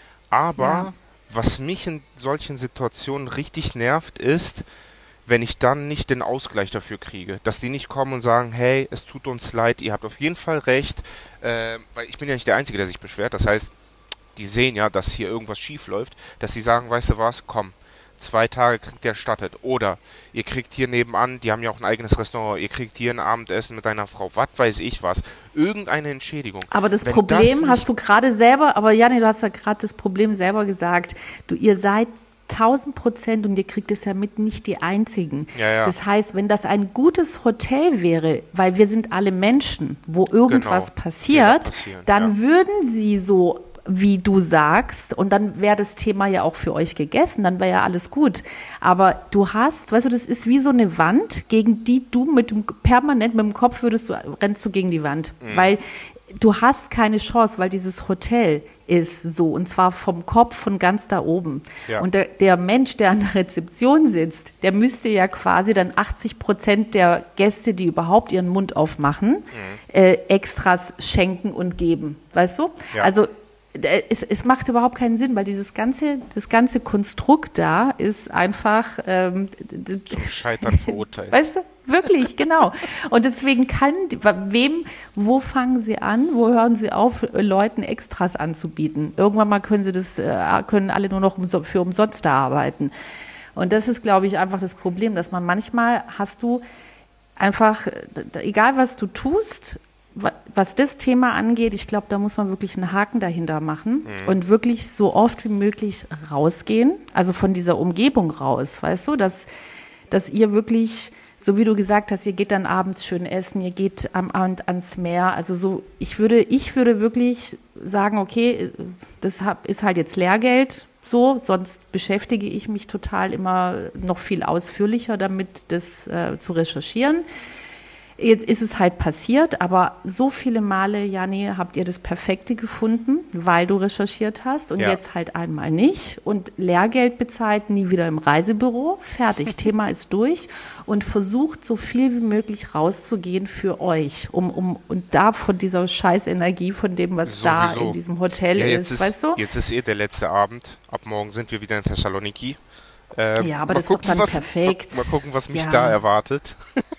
B: Ja.
A: aber was mich in solchen Situationen richtig nervt, ist, wenn ich dann nicht den Ausgleich dafür kriege. Dass die nicht kommen und sagen, hey, es tut uns leid, ihr habt auf jeden Fall recht, äh, weil ich bin ja nicht der Einzige, der sich beschwert. Das heißt, die sehen ja, dass hier irgendwas schief läuft, dass sie sagen, weißt du was, komm, zwei Tage kriegt ihr erstattet. Oder ihr kriegt hier nebenan, die haben ja auch ein eigenes Restaurant, ihr kriegt hier ein Abendessen mit deiner Frau, was weiß ich was. Irgendeine Entschädigung.
B: Aber das
A: Wenn das
B: Problem
A: nicht,
B: hast du gerade selber, aber Janni, du hast ja gerade das Problem selber gesagt. Du, ihr seid tausend Prozent und ihr kriegt es ja mit, nicht die Einzigen.
A: ja, ja,
B: Das heißt, wenn das ein gutes Hotel wäre, weil wir sind alle Menschen, wo irgendwas
A: genau, Fehler
B: passiert,
A: passieren, ja.
B: dann würden sie so, wie du sagst, und dann wäre das Thema ja auch für euch gegessen, dann wäre ja alles gut. Aber du hast, weißt du, das ist wie so eine Wand, gegen die du mit dem, permanent mit dem Kopf würdest du, rennst du gegen die Wand.
A: Mhm.
B: Weil du hast keine Chance, weil dieses Hotel ist so, und zwar vom Kopf von ganz da oben.
A: Ja.
B: Und der, der Mensch, der an der Rezeption sitzt, der müsste ja quasi dann achtzig Prozent der Gäste, die überhaupt ihren Mund aufmachen,
A: Mhm.
B: äh, Extras schenken und geben. Weißt du?
A: Ja.
B: Also äh, es, es macht überhaupt keinen Sinn, weil dieses ganze, das ganze Konstrukt da ist einfach, ähm, d- d-
A: Zum Scheitern verurteilt.
B: weißt du, wirklich, genau. Und deswegen kann, die- wem, wo fangen sie an, wo hören sie auf, Leuten Extras anzubieten? Irgendwann mal können sie das, äh, können alle nur noch umso- für umsonst da arbeiten. Und das ist, glaube ich, einfach das Problem, dass man manchmal hast du einfach, d- egal was du tust, wa- was das Thema angeht, ich glaube, da muss man wirklich einen Haken dahinter machen und wirklich so oft wie möglich rausgehen, also von dieser Umgebung raus, weißt du, dass, dass ihr wirklich, so wie du gesagt hast, ihr geht dann abends schön essen, ihr geht am Abend ans Meer, also so, ich würde, ich würde wirklich sagen, okay, das hab, ist halt jetzt Lehrgeld, so, sonst beschäftige ich mich total immer noch viel ausführlicher damit, das äh, zu recherchieren. Jetzt ist es halt passiert, aber so viele Male, Janni, habt ihr das Perfekte gefunden, weil du recherchiert hast und
A: Ja.
B: jetzt halt einmal nicht und Lehrgeld bezahlt, nie wieder im Reisebüro, fertig, Thema ist durch und versucht so viel wie möglich rauszugehen für euch, um, um und da von dieser Scheißenergie, von dem, was da
A: Sowieso.
B: in diesem Hotel
A: Ja,
B: ist,
A: jetzt ist,
B: weißt du?
A: jetzt ist eh der letzte Abend. Ab morgen sind wir wieder in Thessaloniki. Ähm,
B: Ja, aber
A: mal
B: das ist doch
A: gucken,
B: dann
A: was,
B: perfekt.
A: Mal, mal gucken, was mich
B: Ja.
A: da erwartet.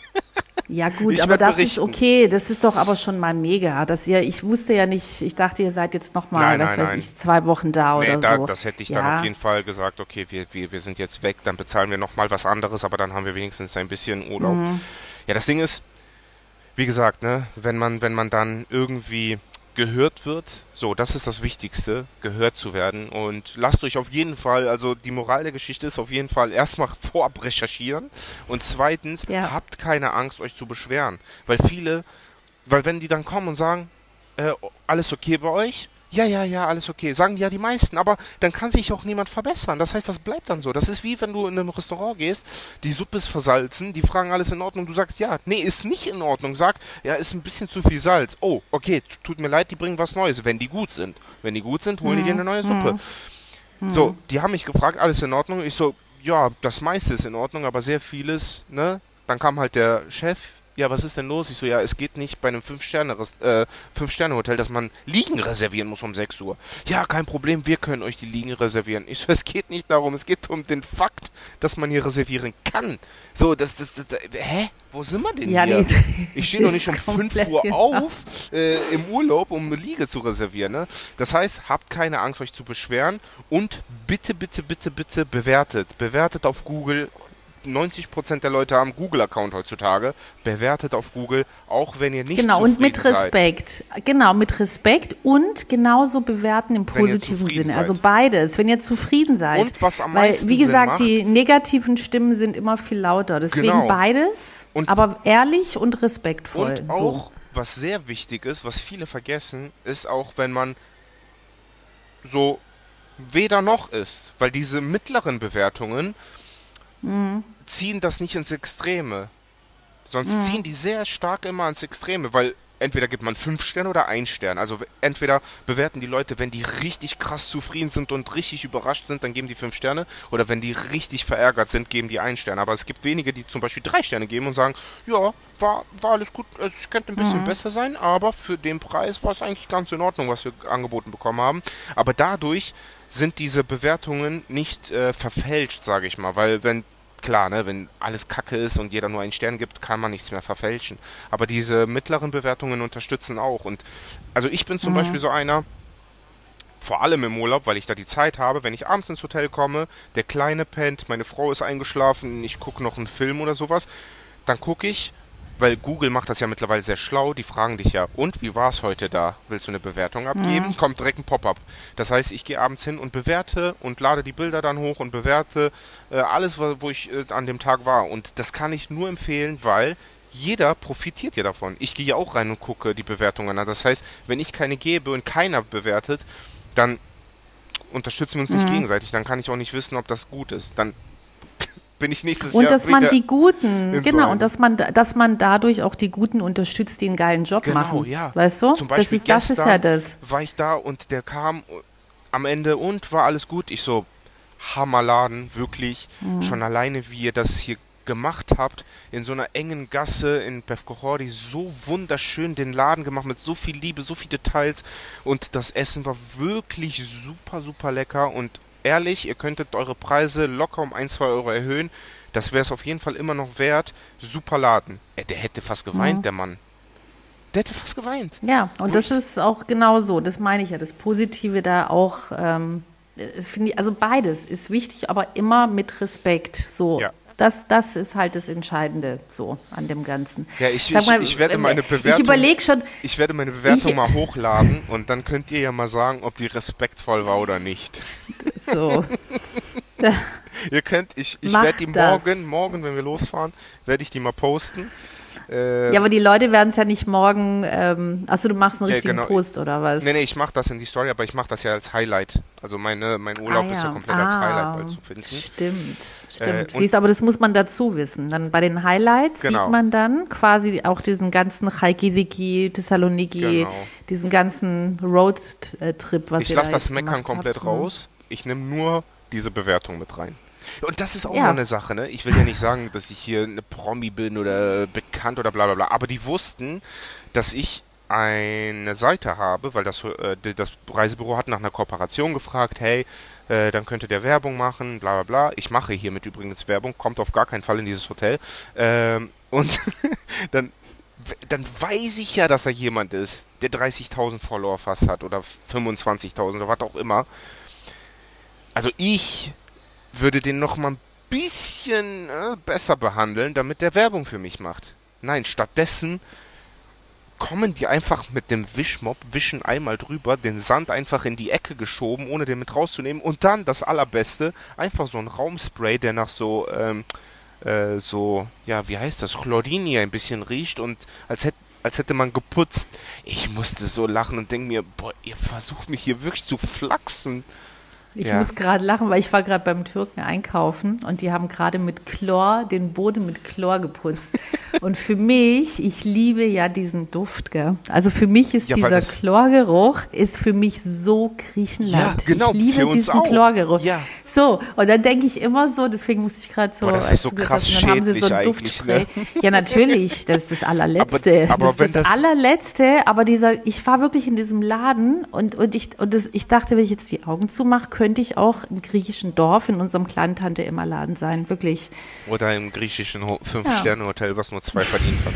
B: Ja gut,
A: Ich
B: aber
A: werd
B: das
A: berichten.
B: ist okay. Das ist doch aber schon mal mega, dass ihr, ich wusste ja nicht, ich dachte, ihr seid jetzt noch mal,
A: Nein,
B: was
A: nein,
B: weiß
A: nein.
B: ich, zwei Wochen da
A: Nee,
B: oder
A: da,
B: so.
A: das hätte ich
B: ja.
A: dann auf jeden Fall gesagt, okay, wir, wir, wir sind jetzt weg, dann bezahlen wir nochmal was anderes, aber dann haben wir wenigstens ein bisschen Urlaub.
B: Mhm.
A: Ja, das Ding ist, wie gesagt, ne, wenn man, wenn man dann irgendwie gehört wird, so, das ist das Wichtigste, gehört zu werden. Und lasst euch auf jeden Fall, also die Moral der Geschichte ist auf jeden Fall erstmal vorab recherchieren und zweitens,
B: Ja.
A: habt keine Angst, euch zu beschweren. Weil viele, weil wenn die dann kommen und sagen, äh, alles okay bei euch? Ja, ja, ja, alles okay. Sagen ja die meisten, aber dann kann sich auch niemand verbessern. Das heißt, das bleibt dann so. Das ist wie wenn du in einem Restaurant gehst, die Suppe ist versalzen, die fragen alles in Ordnung, du sagst ja, nee, ist nicht in Ordnung. Sag, ja, ist ein bisschen zu viel Salz. Oh, okay, t- tut mir leid, die bringen was Neues, wenn die gut sind. Wenn die gut sind, holen die dir eine neue Suppe. So, die haben mich gefragt, alles in Ordnung? Ich so, ja, das meiste ist in Ordnung, aber sehr vieles, ne? Dann kam halt der Chef, ja, was ist denn los? Ich so, ja, es geht nicht bei einem Fünf-Sterne, äh, Fünf-Sterne-Hotel, dass man Liegen reservieren muss um sechs Uhr. Ja, kein Problem, wir können euch die Liegen reservieren. Ich so, es geht nicht darum, es geht um den Fakt, dass man hier reservieren kann. So, das, das, das, das hä? Wo sind wir denn
B: Ja,
A: hier?
B: nee,
A: Ich stehe doch
B: ist
A: nicht um fünf
B: komplett
A: Uhr
B: genau.
A: auf äh, im Urlaub, um eine Liege zu reservieren. Ne? Das heißt, habt keine Angst, euch zu beschweren und bitte, bitte, bitte, bitte bewertet. Bewertet auf Google. neunzig Prozent der Leute haben einen Google-Account heutzutage. Bewertet auf Google, auch wenn ihr nicht
B: Genau,
A: zufrieden
B: und mit
A: seid.
B: Respekt. Genau, mit Respekt und genauso bewerten im
A: Wenn ihr
B: positiven
A: zufrieden
B: Sinne. Also
A: seid.
B: beides, wenn ihr zufrieden seid.
A: Und was am
B: Weil,
A: meisten
B: wie
A: Sinn
B: gesagt,
A: macht-
B: die negativen Stimmen sind immer viel lauter. Deswegen
A: Genau.
B: beides,
A: Und-
B: aber ehrlich und respektvoll.
A: Und auch, was sehr wichtig ist, was viele vergessen, ist auch, wenn man so weder noch ist. Weil diese mittleren Bewertungen ziehen das nicht ins Extreme. Sonst ziehen die sehr stark immer ins Extreme, weil entweder gibt man fünf Sterne oder ein Stern. Also entweder bewerten die Leute, wenn die richtig krass zufrieden sind und richtig überrascht sind, dann geben die fünf Sterne. Oder wenn die richtig verärgert sind, geben die einen Stern. Aber es gibt wenige, die zum Beispiel drei Sterne geben und sagen, ja, war, war alles gut, es könnte ein bisschen
B: Mhm.
A: besser sein, aber für den Preis war es eigentlich ganz in Ordnung, was wir angeboten bekommen haben. Aber dadurch sind diese Bewertungen nicht äh, verfälscht, sage ich mal. Weil wenn klar, ne, wenn alles Kacke ist und jeder nur einen Stern gibt, kann man nichts mehr verfälschen. Aber diese mittleren Bewertungen unterstützen auch. Und also ich bin zum Beispiel
B: Mhm.
A: so einer, vor allem im Urlaub, weil ich da die Zeit habe, wenn ich abends ins Hotel komme, der Kleine pennt, meine Frau ist eingeschlafen, ich gucke noch einen Film oder sowas, dann gucke ich, weil Google macht das ja mittlerweile sehr schlau, die fragen dich ja, und wie war es heute da? Willst du eine Bewertung abgeben?
B: Mhm.
A: Kommt direkt ein Pop-up. Das heißt, ich gehe abends hin und bewerte und lade die Bilder dann hoch und bewerte äh, alles, wo wo ich äh, an dem Tag war. Und das kann ich nur empfehlen, weil jeder profitiert ja davon. Ich gehe ja auch rein und gucke die Bewertungen an. Das heißt, wenn ich keine gebe und keiner bewertet, dann unterstützen wir uns nicht
B: Mhm.
A: gegenseitig. Dann kann ich auch nicht wissen, ob das gut ist. Dann bin ich nächstes
B: Und
A: Jahr
B: dass man
A: wieder
B: die Guten,
A: in so
B: genau, und
A: einem.
B: dass man, dass man dadurch auch die Guten unterstützt, die einen geilen Job
A: Genau,
B: machen.
A: ja.
B: Weißt du?
A: Zum
B: Das
A: Beispiel
B: ist, das ist ja
A: gestern
B: das.
A: war ich da und der kam am Ende und war alles gut. Ich so, Hammerladen, wirklich.
B: Mhm.
A: Schon alleine, wie ihr das hier gemacht habt, in so einer engen Gasse in Pevkohori, so wunderschön den Laden gemacht, mit so viel Liebe, so viel Details und das Essen war wirklich super, super lecker und ehrlich, ihr könntet eure Preise locker um ein, zwei Euro erhöhen, das wäre es auf jeden Fall immer noch wert. Super Laden. Äh, der hätte fast geweint,
B: Mhm.
A: der Mann. Der hätte fast geweint.
B: Ja, und
A: Wo
B: das
A: ich,
B: ist auch genau so. Das meine ich ja. Das Positive da auch, ähm, es finde ich, also beides ist wichtig, aber immer mit Respekt. So,
A: ja.
B: das, das ist halt das Entscheidende so an dem Ganzen.
A: Ja, ich,
B: Sag
A: ich,
B: mal,
A: ich werde
B: ähm,
A: meine
B: ich
A: Bewertung,
B: überlege schon,
A: ich werde meine Bewertung
B: ich,
A: mal hochladen und dann könnt ihr ja mal sagen, ob die respektvoll war oder nicht.
B: so,
A: Ihr könnt, ich, ich
B: mach
A: werde die
B: das.
A: morgen, morgen, wenn wir losfahren, werde ich die mal posten. Äh,
B: Ja, aber die Leute werden es ja nicht morgen, ähm, achso, du machst einen
A: ja,
B: richtigen
A: genau.
B: Post oder
A: Nee,
B: was?
A: nee, ich mache das in die Story, aber ich mache das ja als Highlight. Also meine, mein
B: Ah
A: Urlaub ist ja
B: ja,
A: komplett als Highlight
B: ah,
A: bald zu finden.
B: stimmt,
A: Äh,
B: stimmt.
A: und
B: Siehst, aber das muss man dazu wissen. Dann bei den Highlights sieht
A: genau,
B: man dann quasi auch diesen ganzen Chalkidiki, Thessaloniki,
A: genau.
B: diesen ganzen Roadtrip, was
A: Ich
B: ihr da
A: lasse das
B: jetzt
A: Meckern
B: gemacht
A: komplett
B: habt. Ne?
A: raus. Ich nehme nur diese Bewertung mit rein. Und das ist auch noch
B: Ja,
A: eine Sache, ne? Ich will ja nicht sagen, dass ich hier eine Promi bin oder bekannt oder bla bla bla, aber die wussten, dass ich eine Seite habe, weil das, äh, die- das Reisebüro hat nach einer Kooperation gefragt, hey, äh, dann könnte der Werbung machen, bla bla bla. Ich mache hiermit übrigens Werbung, kommt auf gar keinen Fall in dieses Hotel. Ähm, und dann, dann weiß ich ja, dass da jemand ist, der dreißigtausend Follower fast hat oder fünfundzwanzigtausend oder was auch immer. Also ich würde den noch mal ein bisschen äh, besser behandeln, damit der Werbung für mich macht. Nein, stattdessen kommen die einfach mit dem Wischmopp, wischen einmal drüber, den Sand einfach in die Ecke geschoben, ohne den mit rauszunehmen. Und dann das Allerbeste, einfach so ein Raumspray, der nach so, ähm, äh, so, ja, wie heißt das, Chlorini ein bisschen riecht und als hätte als hätte man geputzt. Ich musste so lachen und denke mir, boah, ihr versucht mich hier wirklich zu flachsen.
B: ich
A: Ja,
B: muss gerade lachen, weil ich war gerade beim Türken einkaufen und die haben gerade mit Chlor, den Boden mit Chlor geputzt. Und für mich, ich liebe ja diesen Duft, gell? Also für mich ist
A: ja, weil
B: dieser
A: das,
B: Chlorgeruch, ist für mich so
A: ja,
B: Griechenland. Ich
A: genau,
B: liebe
A: für uns
B: diesen
A: auch.
B: Chlorgeruch.
A: Ja,
B: So, und dann denke ich immer so, deswegen musste ich gerade so,
A: boah, das ist
B: als
A: so
B: du gesagt hast,
A: krass
B: und dann haben sie so
A: schädlich
B: ein
A: eigentlich, ne?
B: Duftspray. Ja, natürlich, das ist das
A: Aber,
B: allerletzte. Das
A: aber
B: ist
A: wenn
B: das
A: das,
B: allerletzte, aber dieser, ich war wirklich in diesem Laden und, und ich, und das, ich dachte, wenn ich jetzt die Augen zumache, könnte ich auch im griechischen Dorf in unserem kleinen Tante-Emma-Laden sein, wirklich.
A: oder im griechischen Ho-
B: Ja.
A: Fünf-Sterne-Hotel, was nur zwei verdient hat.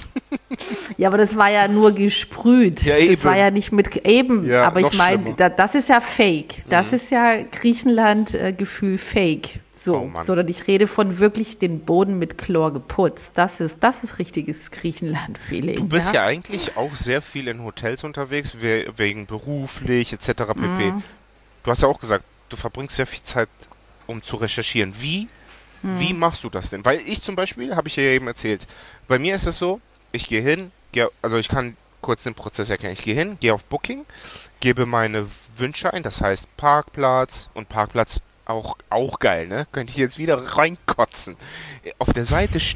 B: Ja, aber das war ja nur gesprüht.
A: Ja,
B: Das war
A: eben.
B: ja nicht mit eben,
A: Ja,
B: aber
A: noch
B: ich meine,
A: schlimmer.
B: da, das ist ja Fake. Das
A: Mhm.
B: ist ja Griechenland-Gefühl Fake.
A: Oh
B: So,
A: Mann.
B: sondern ich rede von wirklich den Boden mit Chlor geputzt. Das ist, das ist richtiges Griechenland-Feeling.
A: Du bist
B: ja?
A: ja eigentlich auch sehr viel in Hotels unterwegs, we wegen beruflich et cetera pp.
B: Mhm.
A: Du hast ja auch gesagt, du verbringst sehr viel Zeit, um zu recherchieren. Wie, wie
B: Mhm.
A: machst du das denn? Weil ich zum Beispiel, habe ich ja eben erzählt, bei mir ist es so, ich gehe hin, geh, also ich kann kurz den Prozess erklären. Ich gehe hin, gehe auf Booking, gebe meine Wünsche ein, das heißt Parkplatz und Parkplatz auch, auch geil, ne? Könnte ich jetzt wieder reinkotzen. Auf der Seite steht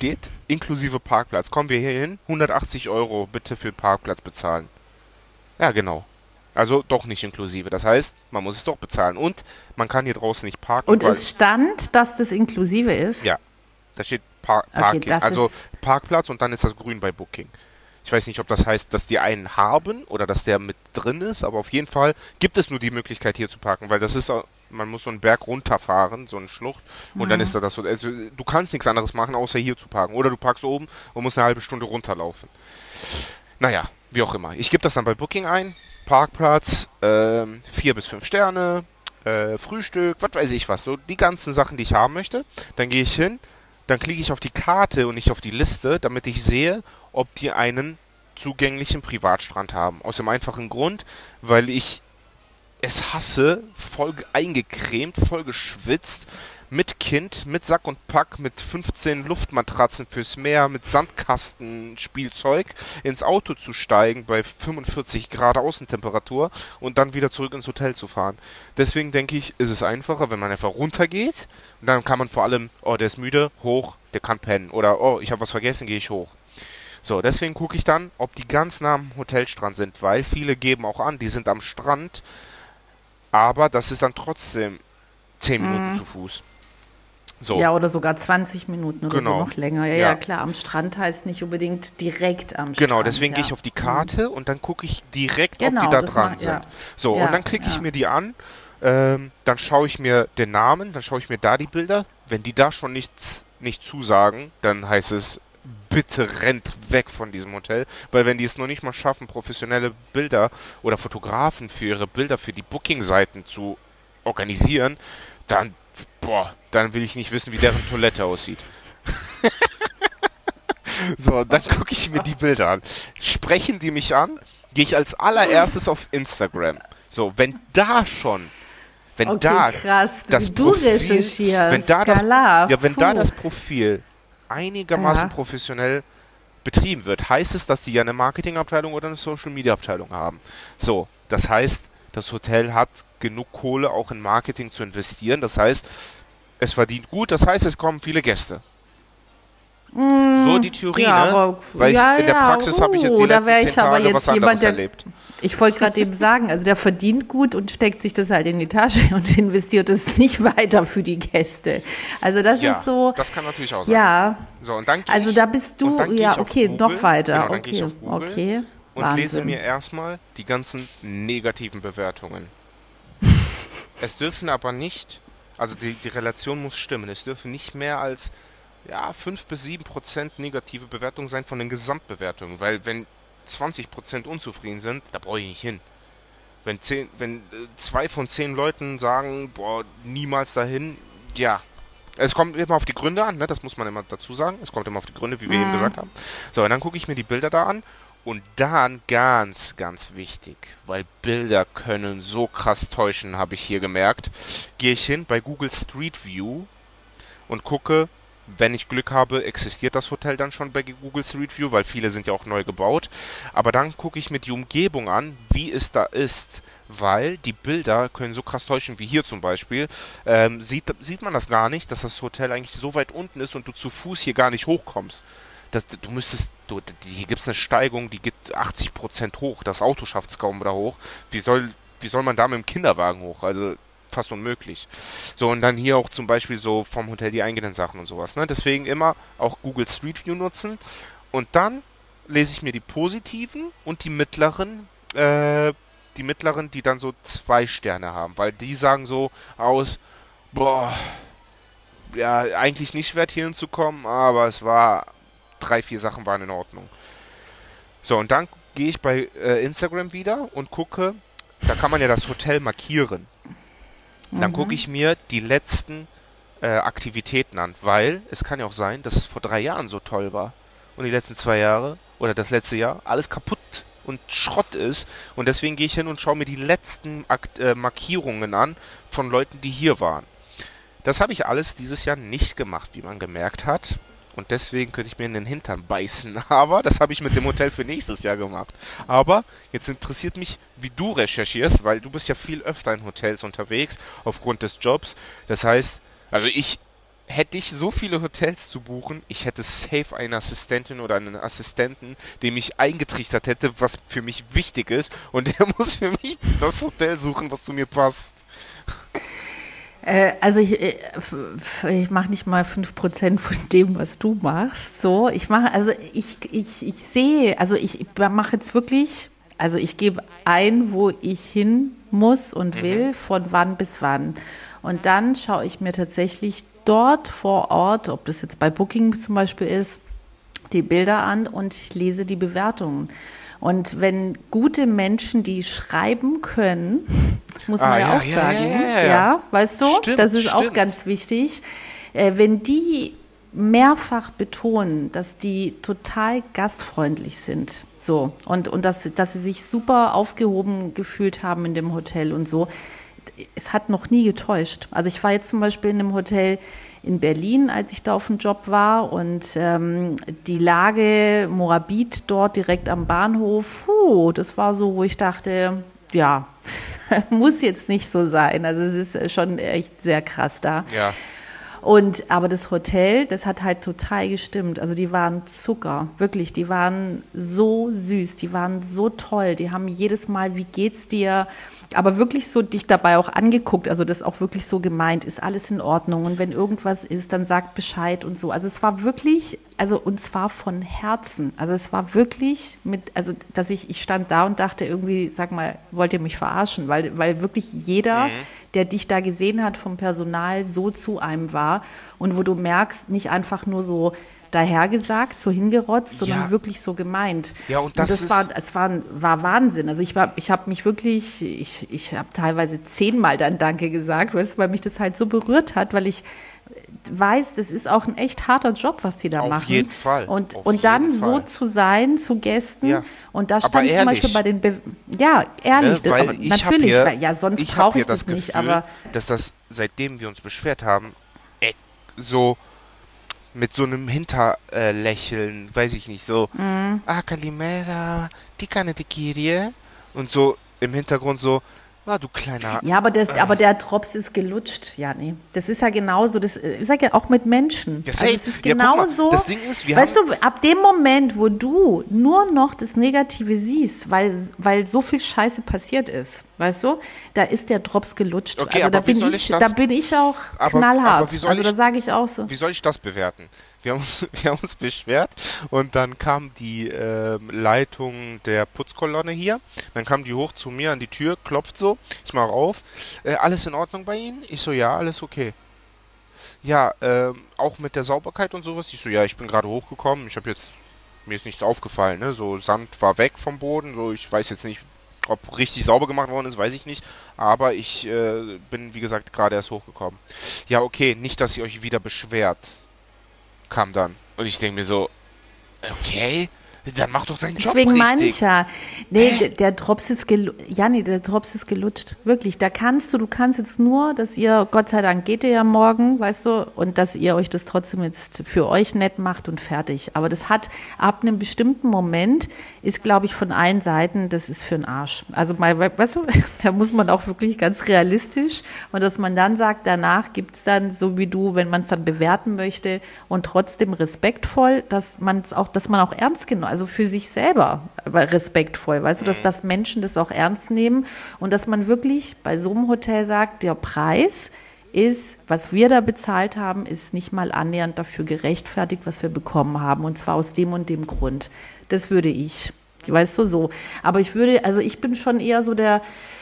A: inklusive Parkplatz. Kommen wir hier hin, hundertachtzig Euro bitte für Parkplatz bezahlen. Ja, genau. Also doch nicht inklusive. Das heißt, man muss es doch bezahlen. Und man kann hier draußen nicht parken,
B: Und
A: weil,
B: es stand, dass das inklusive ist?
A: ja, da steht Par
B: Okay,
A: Parking,
B: das
A: also
B: ist,
A: Parkplatz und dann ist das grün bei Booking. Ich weiß nicht, ob das heißt, dass die einen haben oder dass der mit drin ist, aber auf jeden Fall gibt es nur die Möglichkeit, hier zu parken, weil das ist, au- man muss so einen Berg runterfahren, so eine Schlucht, und dann ist da das so, also du kannst nichts anderes machen, außer hier zu parken. Oder du parkst oben und musst eine halbe Stunde runterlaufen. Naja, wie auch immer. Ich gebe das dann bei Booking ein. Parkplatz, ähm, vier bis fünf Sterne, äh, Frühstück, was weiß ich was. So die ganzen Sachen, die ich haben möchte. Dann gehe ich hin, dann klicke ich auf die Karte und nicht auf die Liste, damit ich sehe, ob die einen zugänglichen Privatstrand haben. Aus dem einfachen Grund, weil ich es hasse, voll eingecremt, voll geschwitzt, mit Kind, mit Sack und Pack, mit fünfzehn Luftmatratzen fürs Meer, mit Sandkastenspielzeug ins Auto zu steigen bei fünfundvierzig Grad Außentemperatur und dann wieder zurück ins Hotel zu fahren. Deswegen denke ich, ist es einfacher, wenn man einfach runtergeht und dann kann man vor allem, oh, der ist müde, hoch, der kann pennen oder oh, ich habe was vergessen, gehe ich hoch. So, deswegen gucke ich dann, ob die ganz nah am Hotelstrand sind, weil viele geben auch an, die sind am Strand, aber das ist dann trotzdem zehn Minuten zu Fuß. So,
B: ja, oder sogar zwanzig Minuten oder so
A: genau.
B: noch länger. Ja,
A: Ja.
B: ja, klar, am Strand heißt nicht unbedingt direkt am
A: Genau,
B: Strand.
A: deswegen gehe ich
B: Ja.
A: auf die Karte und dann gucke ich direkt, ob die
B: Genau,
A: da
B: das
A: dran
B: mach,
A: sind.
B: ja.
A: So, und
B: Ja,
A: dann klicke ich
B: ja.
A: mir die an, ähm, dann schaue ich mir den Namen, dann schaue ich mir da die Bilder. Wenn die da schon nichts nicht zusagen, dann heißt es, bitte rennt weg von diesem Hotel, weil wenn die es noch nicht mal schaffen, professionelle Bilder oder Fotografen für ihre Bilder für die Booking-Seiten zu organisieren, dann, boah, dann will ich nicht wissen, wie deren Toilette aussieht. So, dann gucke ich mir die Bilder an. Sprechen die mich an, gehe ich als allererstes auf Instagram. So, wenn da schon, wenn
B: Okay,
A: da
B: krass,
A: das
B: wie du
A: Profil,
B: recherchierst.
A: wenn da das,
B: Skala,
A: ja, wenn da
B: puh.
A: das Profil einigermaßen
B: Ja.
A: professionell betrieben wird, heißt es, dass die ja eine Marketingabteilung oder eine Social Media Abteilung haben. So, das heißt, das Hotel hat genug Kohle auch in Marketing zu investieren. Das heißt, es verdient gut. Das heißt, es kommen viele Gäste. So die Theorie,
B: Ja,
A: ne?
B: aber,
A: Weil ich,
B: ja,
A: in der
B: ja,
A: Praxis habe ich jetzt die
B: uh, da
A: letzten
B: wäre
A: zehn
B: ich aber
A: Tage was
B: jetzt
A: anderes
B: jemand, der,
A: erlebt.
B: ich wollte gerade eben sagen, also der verdient gut und steckt sich das halt in die Tasche und investiert es nicht weiter für die Gäste. Also das
A: Ja,
B: ist so,
A: das kann natürlich auch sein.
B: ja,
A: So, und dann gehe
B: also
A: ich,
B: da bist
A: und
B: du,
A: dann gehe
B: ja,
A: ich auf
B: okay,
A: Google,
B: noch weiter,
A: genau, dann gehe ich
B: okay,
A: auf Google
B: okay,
A: und
B: Wahnsinn.
A: lese mir erstmal die ganzen negativen Bewertungen. Es dürfen aber nicht, also die, die Relation muss stimmen, es dürfen nicht mehr als ja, fünf bis sieben Prozent negative Bewertungen sein von den Gesamtbewertungen, weil wenn zwanzig Prozent unzufrieden sind, da brauche ich nicht hin. Wenn, zehn, wenn äh, zwei von zehn Leuten sagen, boah, niemals dahin, ja. Es kommt immer auf die Gründe an, ne? Das muss man immer dazu sagen. Es kommt immer auf die Gründe, wie wir eben gesagt haben. So, und dann gucke ich mir die Bilder da an. Und dann ganz, ganz wichtig, weil Bilder können so krass täuschen, habe ich hier gemerkt, gehe ich hin bei Google Street View und gucke, wenn ich Glück habe, existiert das Hotel dann schon bei Google Street View, weil viele sind ja auch neu gebaut. Aber dann gucke ich mir die Umgebung an, wie es da ist, weil die Bilder können so krass täuschen, wie hier zum Beispiel. Ähm, sieht, sieht man das gar nicht, dass das Hotel eigentlich so weit unten ist und du zu Fuß hier gar nicht hochkommst. Das, du müsstest, du, hier gibt es eine Steigung, die geht achtzig Prozent hoch. Das Auto schafft es kaum da hoch. Wie soll, wie soll man da mit dem Kinderwagen hoch? Also fast unmöglich. So, und dann hier auch zum Beispiel so vom Hotel die eingehenden Sachen und sowas. Ne? Deswegen immer auch Google Street View nutzen. Und dann lese ich mir die positiven und die mittleren, äh, die mittleren, die dann so zwei Sterne haben. Weil die sagen so aus, boah, ja, eigentlich nicht wert hier hinzukommen, aber es war, drei, vier Sachen waren in Ordnung. So, und dann gehe ich bei äh, Instagram wieder und gucke, da kann man ja das Hotel markieren. Dann gucke ich mir die letzten äh, Aktivitäten an, weil es kann ja auch sein, dass es vor drei Jahren so toll war und die letzten zwei Jahre oder das letzte Jahr alles kaputt und Schrott ist und deswegen gehe ich hin und schaue mir die letzten Akt, äh, Markierungen an von Leuten, die hier waren. Das habe ich alles dieses Jahr nicht gemacht, wie man gemerkt hat. Und deswegen könnte ich mir in den Hintern beißen. Aber das habe ich mit dem Hotel für nächstes Jahr gemacht. Aber jetzt interessiert mich, wie du recherchierst, weil du bist ja viel öfter in Hotels unterwegs, aufgrund des Jobs. Das heißt, also ich hätte ich so viele Hotels zu buchen, ich hätte safe eine Assistentin oder einen Assistenten, dem ich eingetrichtert hätte, was für mich wichtig ist. Und der muss für mich das Hotel suchen, was zu mir passt.
B: Äh, also ich, äh, ich mache nicht mal fünf Prozent von dem, was du machst. So, ich mache, also ich, ich, ich sehe, also ich mache jetzt wirklich, also ich gebe ein, wo ich hin muss und will,
A: Mhm.
B: von wann bis wann. Und dann schaue ich mir tatsächlich dort vor Ort, ob das jetzt bei Booking zum Beispiel ist, die Bilder an und ich lese die Bewertungen. Und wenn gute Menschen, die schreiben können, muss man
A: Ah,
B: ja
A: ja,
B: auch
A: ja,
B: sagen,
A: ja, ja, ja.
B: ja, weißt du,
A: Stimmt,
B: das ist auch
A: stimmt.
B: ganz wichtig, äh, wenn die mehrfach betonen, dass die total gastfreundlich sind, so, und, und dass, dass sie sich super aufgehoben gefühlt haben in dem Hotel und so, es hat noch nie getäuscht. Also ich war jetzt zum Beispiel in einem Hotel in Berlin, als ich da auf dem Job war und ähm, die Lage Moabit dort direkt am Bahnhof, puh, das war so, wo ich dachte, ja, muss jetzt nicht so sein. Also es ist schon echt sehr krass da.
A: Ja.
B: Und, aber das Hotel, das hat halt total gestimmt. Also die waren Zucker, wirklich. Die waren so süß, die waren so toll. Die haben jedes Mal, wie geht's dir? Aber wirklich so dich dabei auch angeguckt. Also das auch wirklich so gemeint, ist alles in Ordnung? Und wenn irgendwas ist, dann sagt Bescheid und so. Also es war wirklich, also und zwar von Herzen. Also es war wirklich mit, also dass ich, ich stand da und dachte irgendwie, sag mal, wollt ihr mich verarschen? Weil, weil wirklich jeder,
A: Mhm.
B: der dich da gesehen hat vom Personal, so zu einem war und wo du merkst, nicht einfach nur so dahergesagt, so hingerotzt, sondern
A: Ja.
B: wirklich so gemeint.
A: Ja, und das ist-
B: war, es war, war Wahnsinn. Also ich war, ich habe mich wirklich, ich, ich habe teilweise zehnmal dann Danke gesagt, weißt du, weil mich das halt so berührt hat, weil ich weiß, das ist auch ein echt harter Job, was die da
A: Auf
B: machen.
A: jeden Fall,
B: Und,
A: auf
B: und dann
A: jeden
B: so
A: Fall.
B: zu sein zu Gästen.
A: Ja.
B: Und da
A: Aber
B: stand zum
A: ehrlich.
B: Beispiel bei den, Be ja, ehrlich,
A: Ne, weil
B: aber
A: ich hab
B: natürlich,
A: hier,
B: weil, ja, sonst
A: ich hab
B: brauche
A: hier
B: ich das,
A: das
B: nicht,
A: Gefühl,
B: aber
A: dass das, seitdem wir uns beschwert haben, äh, so mit so einem Hinterlächeln, weiß ich nicht, so,
B: Mhm.
A: ah, Kalimera, die kann die Kirie. Und so im Hintergrund so, ah, du kleiner.
B: ja, aber, das, aber der Drops ist gelutscht, Jani. Das ist ja genauso, das, ich sage ja auch mit Menschen.
A: Ja,
B: Also
A: safe.
B: es ist
A: Ja, guck mal,
B: genauso,
A: das Ding ist, wir
B: weißt
A: haben-
B: du, ab dem Moment, wo du nur noch das Negative siehst, weil, weil so viel Scheiße passiert ist, weißt du, da ist der Drops gelutscht.
A: Okay,
B: also da
A: aber wie
B: bin
A: soll
B: ich,
A: ich das-
B: da bin ich auch
A: Aber-
B: knallhart.
A: aber wie soll
B: also da
A: ich-
B: sage ich auch so.
A: Wie soll ich das bewerten? Wir haben uns, wir haben uns beschwert und dann kam die ähm, Leitung der Putzkolonne hier. Dann kam die hoch zu mir an die Tür, klopft so. Ich mach auf. Äh, alles in Ordnung bei Ihnen? Ich so, ja, alles okay. Ja, ähm, auch mit der Sauberkeit und sowas. Ich so, ja, ich bin gerade hochgekommen. Ich habe jetzt, mir ist nichts aufgefallen. Ne? So Sand war weg vom Boden. So, ich weiß jetzt nicht, ob richtig sauber gemacht worden ist, weiß ich nicht. Aber ich äh, bin, wie gesagt, gerade erst hochgekommen. Ja, okay, nicht, dass ihr euch wieder beschwert. Kam dann. Und ich denke mir so, okay, dann mach doch deinen Job
B: Deswegen meine
A: richtig.
B: ich ja, nee, der, der Drops ist gelutscht. Janni, der Drops ist gelutscht. Wirklich, da kannst du, du kannst jetzt nur, dass ihr, Gott sei Dank geht ihr ja morgen, weißt du, und dass ihr euch das trotzdem jetzt für euch nett macht und fertig. Aber das hat, ab einem bestimmten Moment, ist, glaube ich, von allen Seiten, das ist für den Arsch. Also mal, weißt du, da muss man auch wirklich ganz realistisch und dass man dann sagt, danach gibt es dann, so wie du, wenn man es dann bewerten möchte und trotzdem respektvoll, dass man es auch, dass man auch ernst genommen, also für sich selber aber respektvoll, weißt du, dass, dass Menschen das auch ernst nehmen und dass man wirklich bei so einem Hotel sagt, der Preis ist, was wir da bezahlt haben, ist nicht mal annähernd dafür gerechtfertigt, was wir bekommen haben und zwar aus dem und dem Grund. Das würde ich, weißt du, so. Aber ich würde, also ich bin schon eher so der,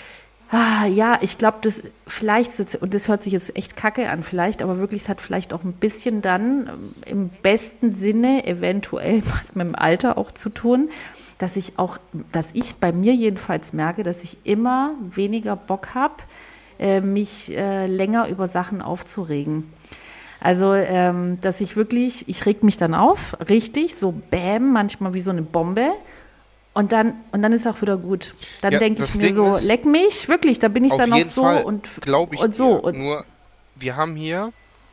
B: Ah, ja, ich glaube, das vielleicht, so- und das hört sich jetzt echt kacke an, vielleicht, aber wirklich, es hat vielleicht auch ein bisschen dann ähm, im besten Sinne eventuell was mit dem Alter auch zu tun, dass ich auch, dass ich bei mir jedenfalls merke, dass ich immer weniger Bock habe, äh, mich äh, länger über Sachen aufzuregen. Also, ähm, dass ich wirklich, ich reg mich dann auf, richtig, so bäm, manchmal wie so eine Bombe. Und dann, und dann ist auch wieder gut. Dann
A: Ja,
B: denke ich
A: das
B: mir
A: Ding
B: so,
A: ist,
B: leck mich, wirklich, da bin ich
A: Auf
B: dann noch
A: jeden
B: so
A: Fall,
B: und,
A: glaube ich
B: und so.
A: dir.
B: Und,
A: Nur, wir haben hier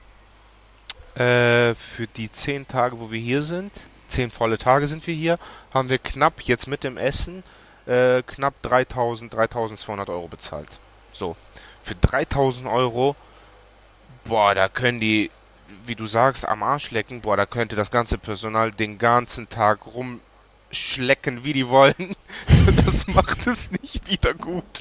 A: äh, für die zehn Tage, wo wir hier sind, zehn volle Tage sind wir hier, haben wir knapp, jetzt mit dem Essen, äh, knapp dreitausend, dreitausendzweihundert Euro bezahlt. So, für dreitausend Euro, boah, da können die wie du sagst, am Arsch lecken, boah, da könnte das ganze Personal den ganzen Tag rumschlecken, wie die wollen. Das macht es nicht wieder gut.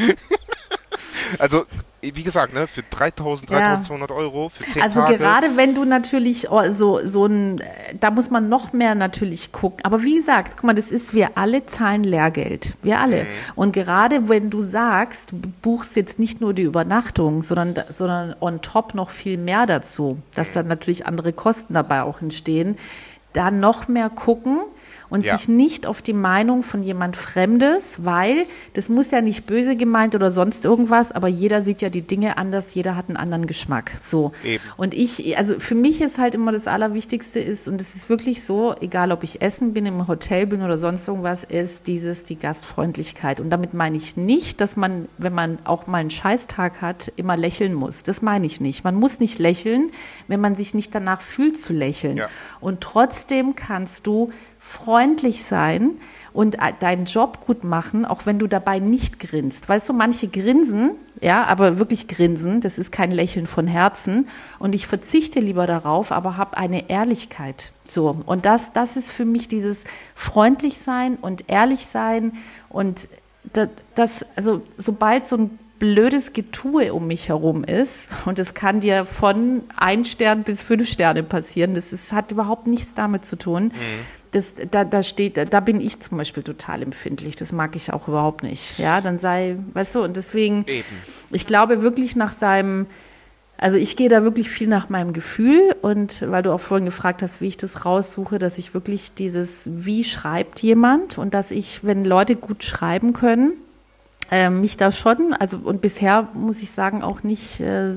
A: Also, wie gesagt, ne, für dreitausend,
B: Ja.
A: dreitausendzweihundert Euro für zehn
B: Also
A: Tage.
B: gerade wenn du natürlich oh, so, so ein, da muss man noch mehr natürlich gucken. Aber wie gesagt, guck mal, das ist, wir alle zahlen Lehrgeld. Wir alle.
A: Mhm.
B: Und gerade wenn du sagst, du buchst jetzt nicht nur die Übernachtung, sondern, sondern on top noch viel mehr dazu, dass dann natürlich andere Kosten dabei auch entstehen, da noch mehr gucken. Und
A: Ja.
B: sich nicht auf die Meinung von jemand Fremdes, weil das muss ja nicht böse gemeint oder sonst irgendwas, aber jeder sieht ja die Dinge anders, jeder hat einen anderen Geschmack. So.
A: Eben.
B: Und ich, also für mich ist halt immer das Allerwichtigste ist, und es ist wirklich so, egal ob ich essen bin, im Hotel bin oder sonst irgendwas, ist dieses, die Gastfreundlichkeit. Und damit meine ich nicht, dass man, wenn man auch mal einen Scheißtag hat, immer lächeln muss. Das meine ich nicht. Man muss nicht lächeln, wenn man sich nicht danach fühlt zu lächeln.
A: Ja.
B: Und trotzdem kannst du freundlich sein und deinen Job gut machen, auch wenn du dabei nicht grinst. Weißt du, manche grinsen, ja, aber wirklich grinsen, das ist kein Lächeln von Herzen und ich verzichte lieber darauf, aber habe eine Ehrlichkeit. So, und das, das ist für mich dieses freundlich sein und ehrlich sein und das, das also sobald so ein blödes Getue um mich herum ist und es kann dir von ein Stern bis fünf Sterne passieren, das ist, hat überhaupt nichts damit zu tun. Mhm. Das, da, da steht, da bin ich zum Beispiel total empfindlich. Das mag ich auch überhaupt nicht. Ja, dann sei, weißt du, und deswegen,
A: Eben.
B: ich glaube wirklich nach seinem, also ich gehe da wirklich viel nach meinem Gefühl und weil du auch vorhin gefragt hast, wie ich das raussuche, dass ich wirklich dieses, wie schreibt jemand und dass ich, wenn Leute gut schreiben können, äh, mich da schon, also und bisher muss ich sagen auch nicht äh,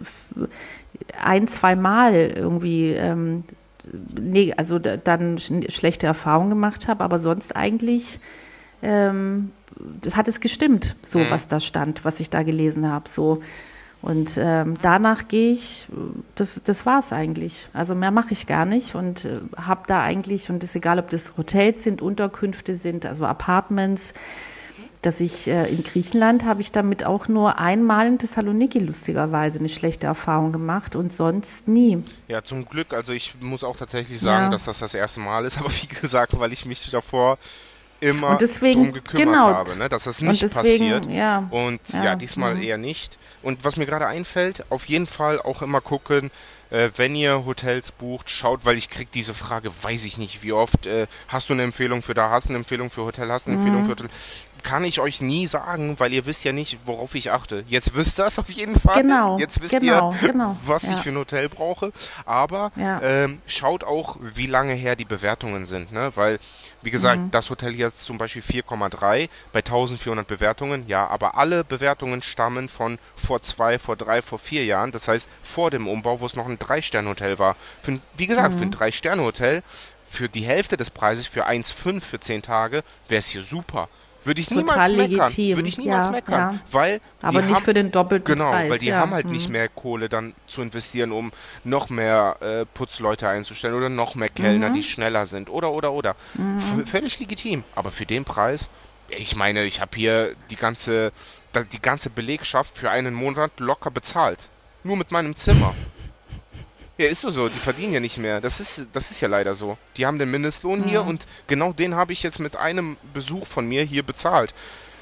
B: ein, zwei Mal irgendwie ähm, nee, also da, dann sch- schlechte Erfahrungen gemacht habe, aber sonst eigentlich, ähm, das hat es gestimmt, so
A: Mhm.
B: was da stand, was ich da gelesen habe, so. Und ähm, danach gehe ich, das, das war es eigentlich. Also mehr mache ich gar nicht und äh, habe da eigentlich, und das ist egal, ob das Hotels sind, Unterkünfte sind, also Apartments, dass ich äh, in Griechenland habe ich damit auch nur einmal in Thessaloniki lustigerweise eine schlechte Erfahrung gemacht und sonst nie.
A: Ja, zum Glück. Also ich muss auch tatsächlich sagen,
B: Ja.
A: dass das das erste Mal ist. Aber wie gesagt, weil ich mich davor immer
B: Und deswegen,
A: drum gekümmert
B: genau.
A: habe, ne, dass das nicht
B: Und deswegen,
A: passiert.
B: ja.
A: Und ja,
B: Ja,
A: diesmal
B: mhm.
A: eher nicht. Und was mir gerade einfällt, auf jeden Fall auch immer gucken, äh, wenn ihr Hotels bucht, schaut, weil ich kriege diese Frage, weiß ich nicht wie oft, äh, hast du eine Empfehlung für da, hast du eine Empfehlung für Hotel, hast du eine
B: Mhm.
A: Empfehlung für Hotel. Kann ich euch nie sagen, weil ihr wisst ja nicht, worauf ich achte. Jetzt wisst ihr es auf jeden Fall.
B: Genau,
A: Jetzt wisst
B: genau,
A: ihr,
B: genau,
A: was
B: ja.
A: ich für ein Hotel brauche. Aber
B: Ja.
A: ähm, schaut auch, wie lange her die Bewertungen sind. Ne? Weil, wie gesagt,
B: Mhm.
A: das Hotel jetzt zum Beispiel vier Komma drei bei eintausendvierhundert Bewertungen. Ja, aber alle Bewertungen stammen von vor zwei, vor drei, vor vier Jahren. Das heißt, vor dem Umbau, wo es noch ein Drei-Sterne-Hotel war. Für ein, wie gesagt, für ein Drei-Sterne-Hotel, für die Hälfte des Preises, für eins Komma fünf für zehn Tage, wäre es hier super. Würde ich niemals
B: Total
A: meckern.
B: legitim.
A: Würde ich niemals
B: Ja,
A: meckern.
B: ja.
A: Weil
B: Aber
A: die
B: nicht
A: haben,
B: für den doppelten
A: Genau,
B: Preis.
A: weil die
B: ja.
A: haben halt
B: Mhm.
A: nicht mehr Kohle dann zu investieren, um noch mehr äh, Putzleute einzustellen oder noch mehr Kellner,
B: Mhm.
A: die schneller sind oder, oder, oder. V völlig legitim. Aber für den Preis, ich meine, ich habe hier die ganze, da- die ganze Belegschaft für einen Monat locker bezahlt. Nur mit meinem Zimmer. Ja, ist so so, die verdienen ja nicht mehr. Das ist, das ist ja leider so. Die haben den Mindestlohn hier und genau den habe ich jetzt mit einem Besuch von mir hier bezahlt.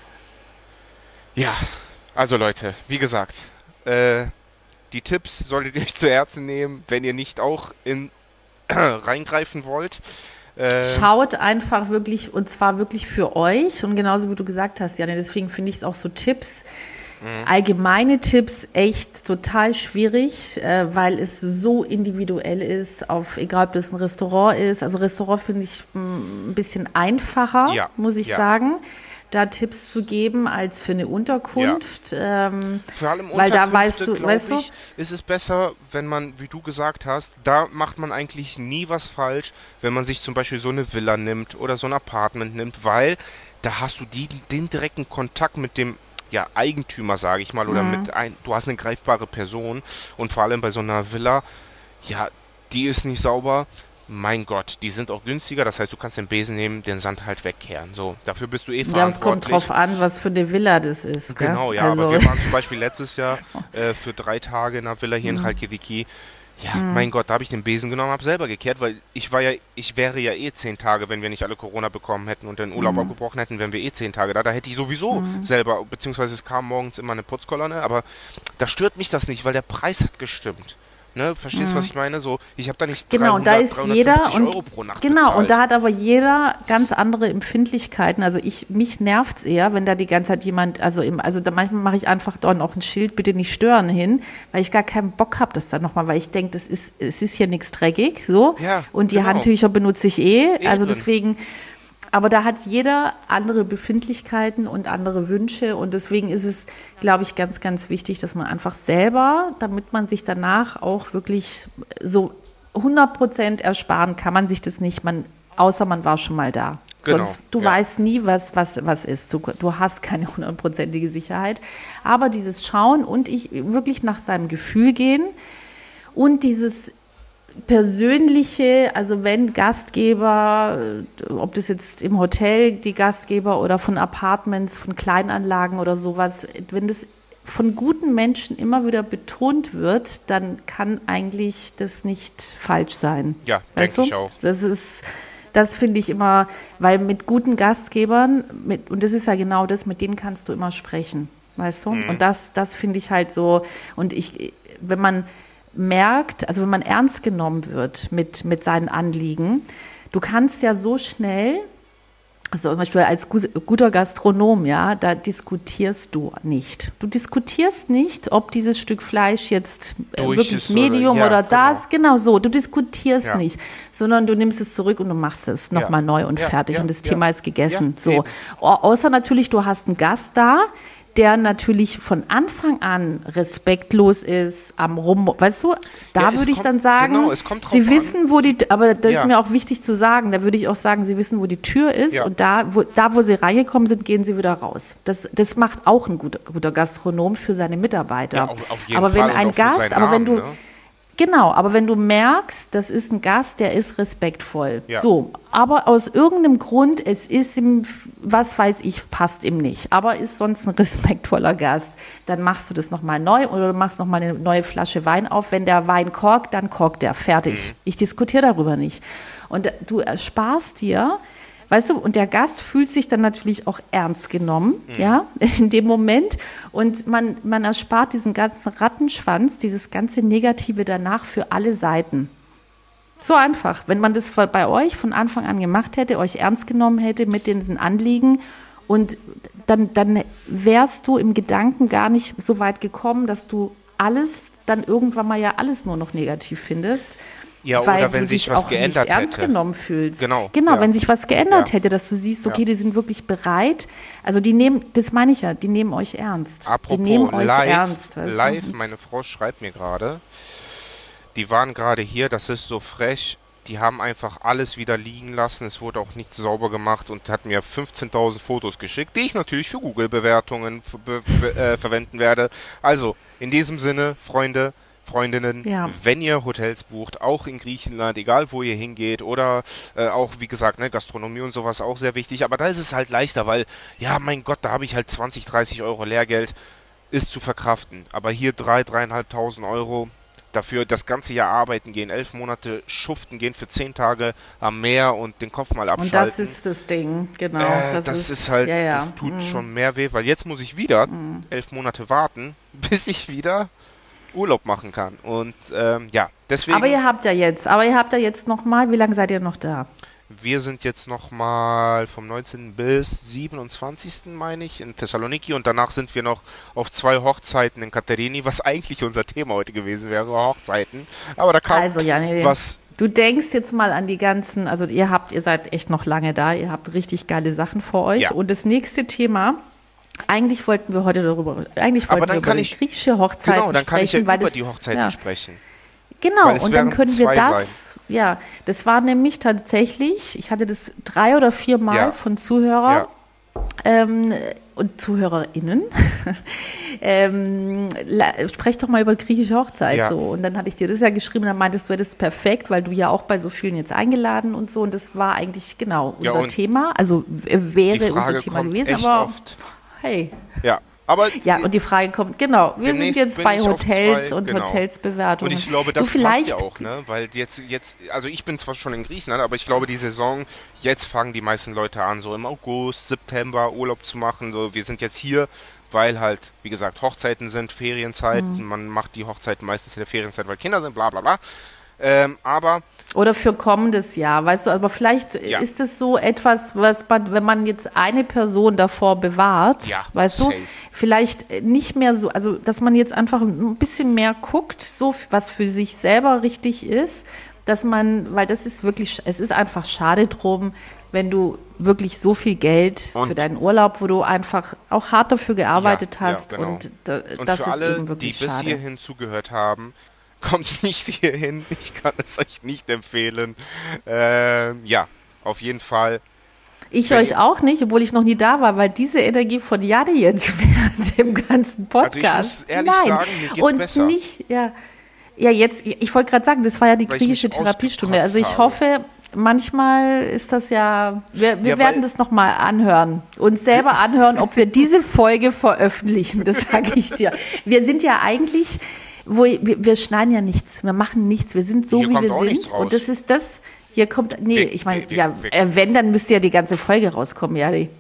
A: Ja, also Leute, wie gesagt, äh, die Tipps solltet ihr euch zu Herzen nehmen, wenn ihr nicht auch in reingreifen wollt. Äh,
B: Schaut einfach wirklich, und zwar wirklich für euch und genauso wie du gesagt hast, Janne, deswegen finde ich es auch so Tipps, allgemeine Tipps echt total schwierig, äh, weil es so individuell ist, auf egal ob das ein Restaurant ist. Also Restaurant finde ich mh, ein bisschen einfacher,
A: Ja,
B: muss ich
A: ja.
B: sagen, da Tipps zu geben als für eine Unterkunft. Ähm,
A: Vor allem
B: Weil da
A: Unterkünfte,
B: weißt du-
A: glaub
B: weißt du?
A: ich, ist es besser, wenn man, wie du gesagt hast, da macht man eigentlich nie was falsch, wenn man sich zum Beispiel so eine Villa nimmt oder so ein Apartment nimmt, weil da hast du die, den direkten Kontakt mit dem ja, Eigentümer, sage ich mal, oder
B: Mhm.
A: mit ein, du hast eine greifbare Person und vor allem bei so einer Villa, ja, die ist nicht sauber. Mein Gott, die sind auch günstiger, das heißt, du kannst den Besen nehmen, den Sand halt wegkehren. So, dafür bist du eh
B: ja, es
A: verantwortlich.
B: kommt drauf an, was für eine Villa das ist. Gell?
A: Genau, ja,
B: also,
A: aber wir waren zum Beispiel letztes Jahr äh, für drei Tage in einer Villa hier in Chalkidiki. Ja, mein Gott, da habe ich den Besen genommen, habe selber gekehrt, weil ich war ja, ich wäre ja eh zehn Tage, wenn wir nicht alle Corona bekommen hätten und den Urlaub abgebrochen hätten, wären wir eh zehn Tage da. Da hätte ich sowieso selber, beziehungsweise es kam morgens immer eine Putzkolonne, aber da stört mich das nicht, weil der Preis hat gestimmt. Ne, verstehst du, was ich meine? So, ich habe da nicht
B: Genau, und da
A: dreihundert,
B: ist jeder
A: dreihundertfünfzig
B: und
A: Euro pro Nacht
B: genau,
A: bezahlt.
B: und da hat aber jeder ganz andere Empfindlichkeiten. Also ich, mich nervt's eher, wenn da die ganze Zeit jemand, also im, also da manchmal mache ich einfach dann auch ein Schild, bitte nicht stören hin, weil ich gar keinen Bock habe, das dann nochmal, weil ich denke, das ist, es ist hier nichts dreckig, so.
A: Ja,
B: und die
A: genau.
B: Handtücher benutze ich eh, also
A: Eben.
B: deswegen. Aber da hat jeder andere Befindlichkeiten und andere Wünsche und deswegen ist es, glaube ich, ganz, ganz wichtig, dass man einfach selber, damit man sich danach auch wirklich so hundert Prozent ersparen kann, man sich das nicht, man, außer man war schon mal da.
A: Genau,
B: Sonst, du
A: ja.
B: weißt nie, was, was, was ist. Du, du hast keine hundertprozentige Sicherheit. Aber dieses Schauen und ich wirklich nach seinem Gefühl gehen und dieses persönliche, also wenn Gastgeber, äh, ob das jetzt im Hotel die Gastgeber oder von Apartments, von Kleinanlagen oder sowas, wenn das von guten Menschen immer wieder betont wird, dann kann eigentlich das nicht falsch sein.
A: Ja,
B: Weißt
A: denke
B: du?
A: ich auch.
B: Das ist, das finde ich immer, weil mit guten Gastgebern, mit, und das ist ja genau das, mit denen kannst du immer sprechen, weißt du?
A: Mhm.
B: Und das, das finde ich halt so, und ich, wenn man merkt, also wenn man ernst genommen wird mit, mit seinen Anliegen, du kannst ja so schnell, also zum Beispiel als gu- guter Gastronom, ja, da diskutierst du nicht. Du diskutierst nicht, ob dieses Stück Fleisch jetzt äh,
A: Durch
B: wirklich
A: ist oder-
B: Medium
A: ja,
B: oder das, genau so. Du diskutierst
A: Ja.
B: nicht, sondern du nimmst es zurück und du machst es
A: Ja.
B: nochmal neu und
A: Ja,
B: fertig
A: ja,
B: und das
A: ja.
B: Thema ist gegessen.
A: Ja,
B: so.
A: eben.
B: Au- Außer natürlich, du hast einen Gast da, der natürlich von Anfang an respektlos ist, am Rum, weißt du, da
A: Ja, es
B: würde ich
A: kommt-
B: dann sagen,
A: genau, es kommt drauf
B: sie
A: an.
B: wissen, wo die, aber das
A: Ja.
B: ist mir auch wichtig zu sagen, da würde ich auch sagen, sie wissen, wo die Tür ist
A: Ja.
B: und da wo, da, wo sie reingekommen sind, gehen sie wieder raus. Das, das macht auch ein guter, guter Gastronom für seine Mitarbeiter.
A: Ja, auf, auf jeden
B: aber
A: Fall
B: wenn
A: und
B: ein
A: auch für
B: Gast,
A: seinen
B: aber wenn
A: Namen,
B: du,
A: ne?
B: genau, aber wenn du merkst, das ist ein Gast, der ist respektvoll.
A: Ja.
B: So, aber aus irgendeinem Grund, es ist ihm, was weiß ich, passt ihm nicht, aber ist sonst ein respektvoller Gast, dann machst du das nochmal neu oder du machst nochmal eine neue Flasche Wein auf. Wenn der Wein korkt, dann korkt der. Fertig.
A: Mhm.
B: Ich diskutiere darüber nicht. Und du ersparst dir, weißt du, und der Gast fühlt sich dann natürlich auch ernst genommen,
A: Mhm.
B: ja, in dem Moment. Und man, man erspart diesen ganzen Rattenschwanz, dieses ganze Negative danach für alle Seiten. So einfach. Wenn man das bei euch von Anfang an gemacht hätte, euch ernst genommen hätte mit diesen Anliegen und dann, dann wärst du im Gedanken gar nicht so weit gekommen, dass du alles, dann irgendwann mal ja alles nur noch negativ findest.
A: Ja,
B: weil
A: oder wenn
B: du
A: sich
B: dich
A: was
B: auch
A: geändert
B: nicht ernst
A: hätte.
B: genommen fühlst.
A: Genau,
B: Genau,
A: ja.
B: wenn sich was geändert
A: Ja.
B: hätte, dass du siehst, okay,
A: Ja.
B: die sind wirklich bereit. Also die nehmen, das meine ich ja, die nehmen euch ernst.
A: Apropos
B: die nehmen euch
A: live,
B: ernst. Weißt
A: live,
B: du?
A: meine Frau schreibt mir gerade, die waren gerade hier, das ist so frech, die haben einfach alles wieder liegen lassen, es wurde auch nichts sauber gemacht und hat mir fünfzehntausend Fotos geschickt, die ich natürlich für Google-Bewertungen f- be- be- äh, verwenden werde. Also, in diesem Sinne, Freunde, Freundinnen,
B: Ja.
A: wenn ihr Hotels bucht, auch in Griechenland, egal wo ihr hingeht oder äh, auch, wie gesagt, ne, Gastronomie und sowas auch sehr wichtig, aber da ist es halt leichter, weil, ja, mein Gott, da habe ich halt zwanzig, dreißig Euro Lehrgeld, ist zu verkraften. Aber hier drei, dreieinhalbtausend Euro dafür das ganze Jahr arbeiten gehen, elf Monate schuften gehen für zehn Tage am Meer und den Kopf mal abschalten.
B: Und das ist das Ding, genau.
A: äh,
B: das,
A: das ist, halt,
B: ja, ja.
A: das tut schon mehr weh, weil jetzt muss ich wieder elf Monate warten, bis ich wieder Urlaub machen kann. Und ähm, ja, deswegen,
B: Aber ihr habt ja jetzt, aber ihr habt ja jetzt noch mal, wie lange seid ihr noch da?
A: wir sind jetzt nochmal vom neunzehnten bis siebenundzwanzigsten meine ich, in Thessaloniki und danach sind wir noch auf zwei Hochzeiten in Katerini, was eigentlich unser Thema heute gewesen wäre, Hochzeiten. Aber da kam
B: Also, Janine,
A: was.
B: du denkst jetzt mal an die ganzen, also ihr habt, ihr seid echt noch lange da, ihr habt richtig geile Sachen vor euch.
A: Ja.
B: Und das nächste Thema, eigentlich wollten wir heute darüber, eigentlich
A: Aber
B: wollten
A: dann
B: wir
A: kann
B: über
A: ich-
B: die griechische Hochzeiten
A: Genau, dann kann ich ja
B: sprechen, weil
A: über
B: das,
A: die Hochzeiten
B: ja.
A: sprechen.
B: Genau,
A: Weil es
B: und dann
A: werden
B: können wir
A: zwei
B: das, ja, das war nämlich tatsächlich, ich hatte das drei oder vier Mal
A: Ja.
B: von Zuhörern
A: Ja.
B: ähm, und ZuhörerInnen, ähm, la- sprech doch mal über griechische Hochzeit
A: Ja.
B: so. Und dann hatte ich dir das ja geschrieben, dann meintest du, das ist perfekt, weil du ja auch bei so vielen jetzt eingeladen und so. Und das war eigentlich genau
A: Ja,
B: unser
A: und
B: Thema. Also w- wäre
A: Die Frage
B: unser Thema
A: kommt
B: gewesen,
A: echt
B: aber
A: oft.
B: hey.
A: Ja, Aber
B: ja, und die Frage kommt, genau, wir sind
A: demnächst
B: jetzt
A: bin
B: bei
A: ich auf
B: Hotels
A: zwei,
B: und
A: genau.
B: Hotelsbewertungen.
A: Und ich glaube, das
B: du, vielleicht,
A: passt ja auch, ne? Weil jetzt, jetzt, also ich bin zwar schon in Griechenland, aber ich glaube, die Saison, jetzt fangen die meisten Leute an, so im August, September Urlaub zu machen. So, wir sind jetzt hier, weil halt, wie gesagt, Hochzeiten sind, Ferienzeit.
B: Mhm.
A: Man macht die Hochzeiten meistens in der Ferienzeit, weil Kinder sind, bla bla bla. Ähm, aber
B: Oder für kommendes Jahr, weißt du, aber vielleicht
A: Ja.
B: ist es so etwas, was man, wenn man jetzt eine Person davor bewahrt,
A: Ja,
B: weißt du,
A: safe.
B: vielleicht nicht mehr so, also dass man jetzt einfach ein bisschen mehr guckt, so was für sich selber richtig ist, dass man, weil das ist wirklich, es ist einfach schade drum, wenn du wirklich so viel Geld
A: Und-
B: für deinen Urlaub, wo du einfach auch hart dafür gearbeitet
A: Ja, ja,
B: hast
A: genau.
B: und da,
A: Und
B: das
A: für
B: ist
A: alle,
B: eben
A: die
B: wirklich
A: bis
B: schade.
A: hierhin zugehört haben, kommt nicht hierhin. Ich kann es euch nicht empfehlen. Ähm, ja, auf jeden Fall.
B: Ich
A: Wenn
B: euch
A: ihr-
B: auch nicht, obwohl ich noch nie da war, weil diese Energie von Jani jetzt während dem ganzen Podcast.
A: Also ich muss ehrlich
B: Nein.
A: sagen, mir geht's
B: und
A: besser.
B: nicht, ja, ja jetzt, ich wollte gerade sagen, das war ja die
A: Weil ich mich
B: griechische Therapiestunde. Also ich
A: ausgekotzt
B: hoffe, manchmal ist das ja, wir, wir
A: Ja,
B: werden
A: weil-
B: das nochmal anhören, uns selber anhören, ob wir diese Folge veröffentlichen, das sage ich dir. Wir sind ja eigentlich, wo, wir, wir schneiden ja nichts, wir machen nichts, wir sind so,
A: Hier
B: wie
A: kommt
B: wir
A: auch
B: sind
A: nichts raus.
B: und das ist das, hier kommt, nee,
A: Wir-
B: ich meine,
A: wir-
B: ja,
A: wir-
B: äh, wenn, dann müsste ja die ganze Folge rauskommen, Jani.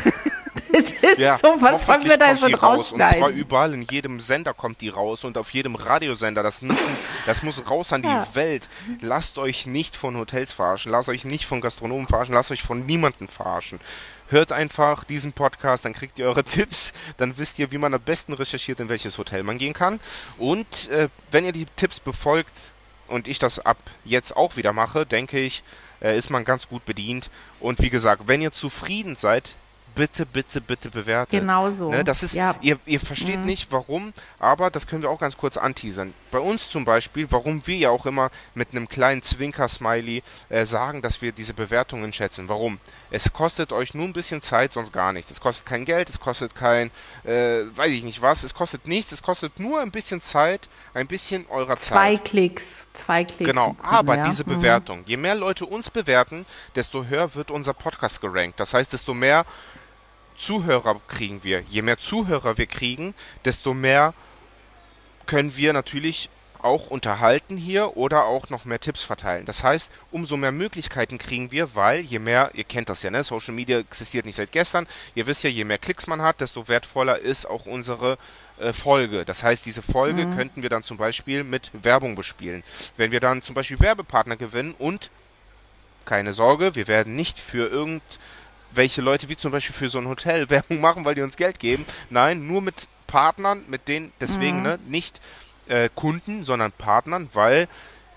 B: Das ist
A: Ja,
B: so, was sollen wir
A: hoffentlich
B: da
A: kommt
B: schon
A: die raus. Und zwar
B: rausschneiden?
A: überall, in jedem Sender kommt die raus und auf jedem Radiosender. Das, müssen, das muss raus an die
B: Ja.
A: Welt. Lasst euch nicht von Hotels verarschen, lasst euch nicht von Gastronomen verarschen, lasst euch von niemandem verarschen. Hört einfach diesen Podcast, dann kriegt ihr eure Tipps, dann wisst ihr, wie man am besten recherchiert, in welches Hotel man gehen kann. Und äh, wenn ihr die Tipps befolgt und ich das ab jetzt auch wieder mache, denke ich, äh, ist man ganz gut bedient. Und wie gesagt, wenn ihr zufrieden seid, bitte, bitte, bitte bewertet.
B: Genau so.
A: Ne, das ist,
B: Ja.
A: ihr, ihr versteht nicht, warum, aber das können wir auch ganz kurz anteasern. Bei uns zum Beispiel, warum wir ja auch immer mit einem kleinen Zwinker-Smiley äh, sagen, dass wir diese Bewertungen schätzen. Warum? Es kostet euch nur ein bisschen Zeit, sonst gar nichts. Es kostet kein Geld, es kostet kein, äh, weiß ich nicht was, es kostet nichts, es kostet nur ein bisschen Zeit, ein bisschen eurer
B: Zwei
A: Zeit.
B: Klicks, zwei Klicks.
A: Genau,
B: sind gut,
A: aber
B: ja.
A: diese
B: Mhm.
A: Bewertung, je mehr Leute uns bewerten, desto höher wird unser Podcast gerankt. Das heißt, desto mehr Zuhörer kriegen wir. Je mehr Zuhörer wir kriegen, desto mehr können wir natürlich auch unterhalten hier oder auch noch mehr Tipps verteilen. Das heißt, umso mehr Möglichkeiten kriegen wir, weil je mehr, ihr kennt das ja, ne? Social Media existiert nicht seit gestern. Ihr wisst ja, je mehr Klicks man hat, desto wertvoller ist auch unsere äh, Folge. Das heißt, diese Folge könnten wir dann zum Beispiel mit Werbung bespielen. Wenn wir dann zum Beispiel Werbepartner gewinnen und keine Sorge, wir werden nicht für irgendwelche Leute, wie zum Beispiel für so ein Hotel, Werbung machen, weil die uns Geld geben. Nein, nur mit Partnern, mit denen, deswegen, ne, nicht äh, Kunden, sondern Partnern, weil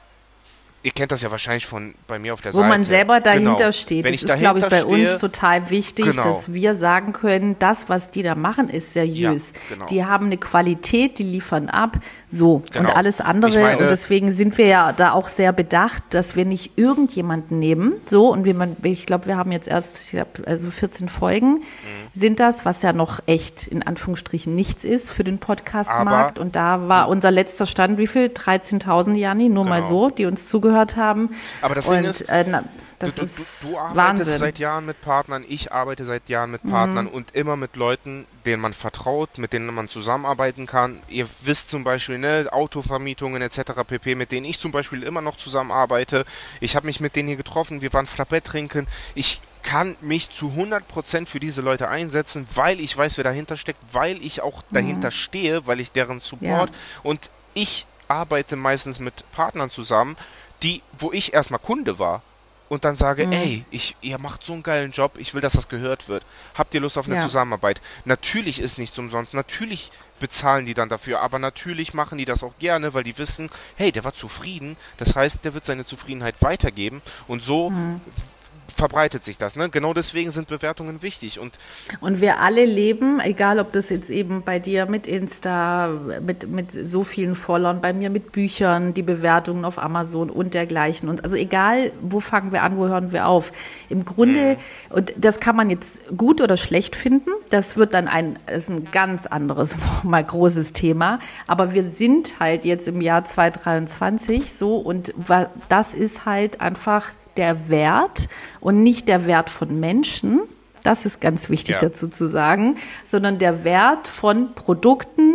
A: ihr kennt das ja wahrscheinlich von bei mir auf der
B: Wo
A: Seite.
B: man selber dahinter
A: Genau.
B: steht.
A: Wenn
B: Das
A: ich
B: ist, glaube ich, bei
A: dahinter stehe,
B: uns total wichtig,
A: Genau.
B: dass wir sagen können, das, was die da machen, ist seriös.
A: Ja, genau.
B: Die haben eine Qualität, die liefern ab, so.
A: Genau.
B: Und alles andere.
A: Ich meine-
B: und deswegen sind wir ja da auch sehr bedacht, dass wir nicht irgendjemanden nehmen, so. Und wie man, ich glaube, wir haben jetzt erst, ich glaub, also vierzehn Folgen
A: Mhm.
B: sind das, was ja noch echt in Anführungsstrichen nichts ist für den Podcast-Markt.
A: Aber-
B: Und da war unser letzter Stand, wie viel? dreizehntausend, Jani, nur mal
A: Genau.
B: so, die uns zugehört haben.
A: Aber das
B: Und,
A: Ding ist,
B: äh, na, das
A: du, du,
B: ist
A: du, du arbeitest
B: Wahnsinn.
A: seit Jahren mit Partnern, ich arbeite seit Jahren mit Partnern und immer mit Leuten, denen man vertraut, mit denen man zusammenarbeiten kann. Ihr wisst zum Beispiel, ne, Autovermietungen et cetera pp., mit denen ich zum Beispiel immer noch zusammenarbeite. Ich habe mich mit denen hier getroffen, wir waren Frappé trinken. Ich kann mich zu hundert Prozent für diese Leute einsetzen, weil ich weiß, wer dahinter steckt, weil ich auch dahinter stehe, weil ich deren Support
B: Ja.
A: und ich arbeite meistens mit Partnern zusammen, die, wo ich erstmal Kunde war und dann sage, ey, ich, ihr macht so einen geilen Job, ich will, dass das gehört wird. Habt ihr Lust auf eine
B: Ja.
A: Zusammenarbeit? Natürlich ist nichts umsonst, natürlich bezahlen die dann dafür, aber natürlich machen die das auch gerne, weil die wissen, hey, der war zufrieden, das heißt, der wird seine Zufriedenheit weitergeben und so verbreitet sich das. Ne? Genau deswegen sind Bewertungen wichtig und
B: Und wir alle leben, egal ob das jetzt eben bei dir mit Insta, mit, mit so vielen Followern, bei mir mit Büchern, die Bewertungen auf Amazon und dergleichen. Und also egal, wo fangen wir an, wo hören wir auf. Im Grunde, und das kann man jetzt gut oder schlecht finden, das wird dann ein, ist ein ganz anderes, nochmal großes Thema. Aber wir sind halt jetzt im Jahr zweitausenddreiundzwanzig so und wa- das ist halt einfach der Wert und nicht der Wert von Menschen, Das ist ganz wichtig
A: Ja.
B: dazu zu sagen, sondern der Wert von Produkten,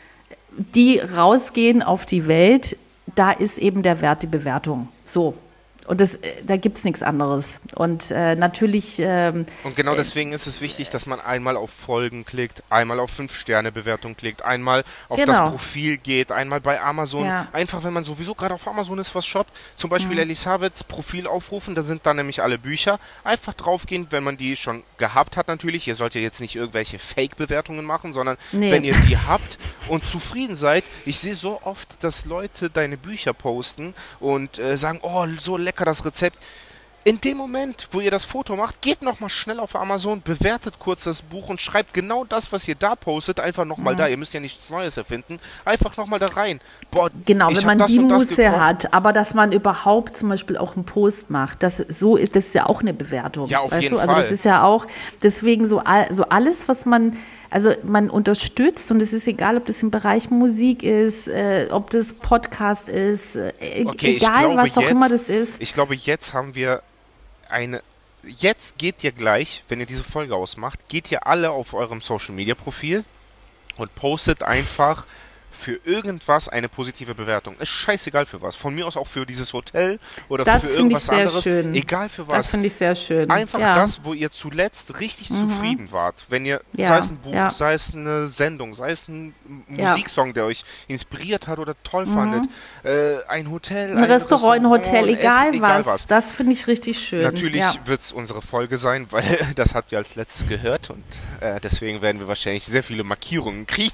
B: die rausgehen auf die Welt, da ist eben der Wert die Bewertung. So. Und das, äh, da gibt es nichts anderes. Und äh, natürlich. Ähm,
A: Und genau deswegen ist es wichtig, dass man einmal auf Folgen klickt, einmal auf fünf Sterne Bewertung klickt, einmal auf
B: Genau.
A: das Profil geht, einmal bei Amazon.
B: Ja.
A: Einfach, wenn man sowieso gerade auf Amazon ist, was shoppt, zum Beispiel Elisabeths Profil aufrufen, da sind dann nämlich alle Bücher. Einfach draufgehen, wenn man die schon gehabt hat natürlich. Ihr sollt ja jetzt nicht irgendwelche Fake-Bewertungen machen, sondern
B: Nee.
A: wenn ihr die habt und zufrieden seid. Ich sehe so oft, dass Leute deine Bücher posten und äh, sagen, oh, so lecker das Rezept. In dem Moment, wo ihr das Foto macht, geht nochmal schnell auf Amazon, bewertet kurz das Buch und schreibt genau das, was ihr da postet, einfach nochmal
B: Mhm.
A: da. Ihr müsst ja nichts Neues erfinden. Einfach nochmal da rein. Boah,
B: Genau,
A: ich
B: wenn
A: hab
B: man
A: das
B: die
A: und das
B: Muße
A: gekocht.
B: hat, aber dass man überhaupt zum Beispiel auch einen Post macht, das so ist das ist ja auch eine Bewertung.
A: Ja, auf
B: weißt
A: jeden
B: du? Also
A: Fall.
B: das ist ja auch deswegen so, all, so alles, was man, also man unterstützt und es ist egal, ob das im Bereich Musik ist, äh, ob das Podcast ist, äh,
A: Okay, ich
B: egal
A: glaube
B: was auch
A: jetzt,
B: immer das ist.
A: Ich glaube, jetzt haben wir eine. Jetzt geht ihr gleich, wenn ihr diese Folge ausmacht, geht ihr alle auf eurem Social Media Profil und postet einfach für irgendwas eine positive Bewertung. Ist scheißegal für was. Von mir aus auch für dieses Hotel oder
B: Das
A: für
B: finde ich
A: irgendwas
B: sehr
A: anderes.
B: schön.
A: Egal für
B: Das
A: was.
B: finde ich sehr schön.
A: Einfach
B: ja.
A: das, wo ihr zuletzt richtig zufrieden wart. Wenn ihr,
B: Ja,
A: sei es ein Buch,
B: ja.
A: sei es eine Sendung, sei es ein
B: Ja.
A: Musiksong, der euch inspiriert hat oder toll fandet, äh, ein Hotel,
B: Ein Restaurant, ein Hotel,
A: Essen,
B: egal,
A: egal
B: was. Das finde ich richtig schön.
A: Natürlich
B: ja.
A: wird es unsere Folge sein, weil das habt ihr als letztes gehört und äh, deswegen werden wir wahrscheinlich sehr viele Markierungen kriegen.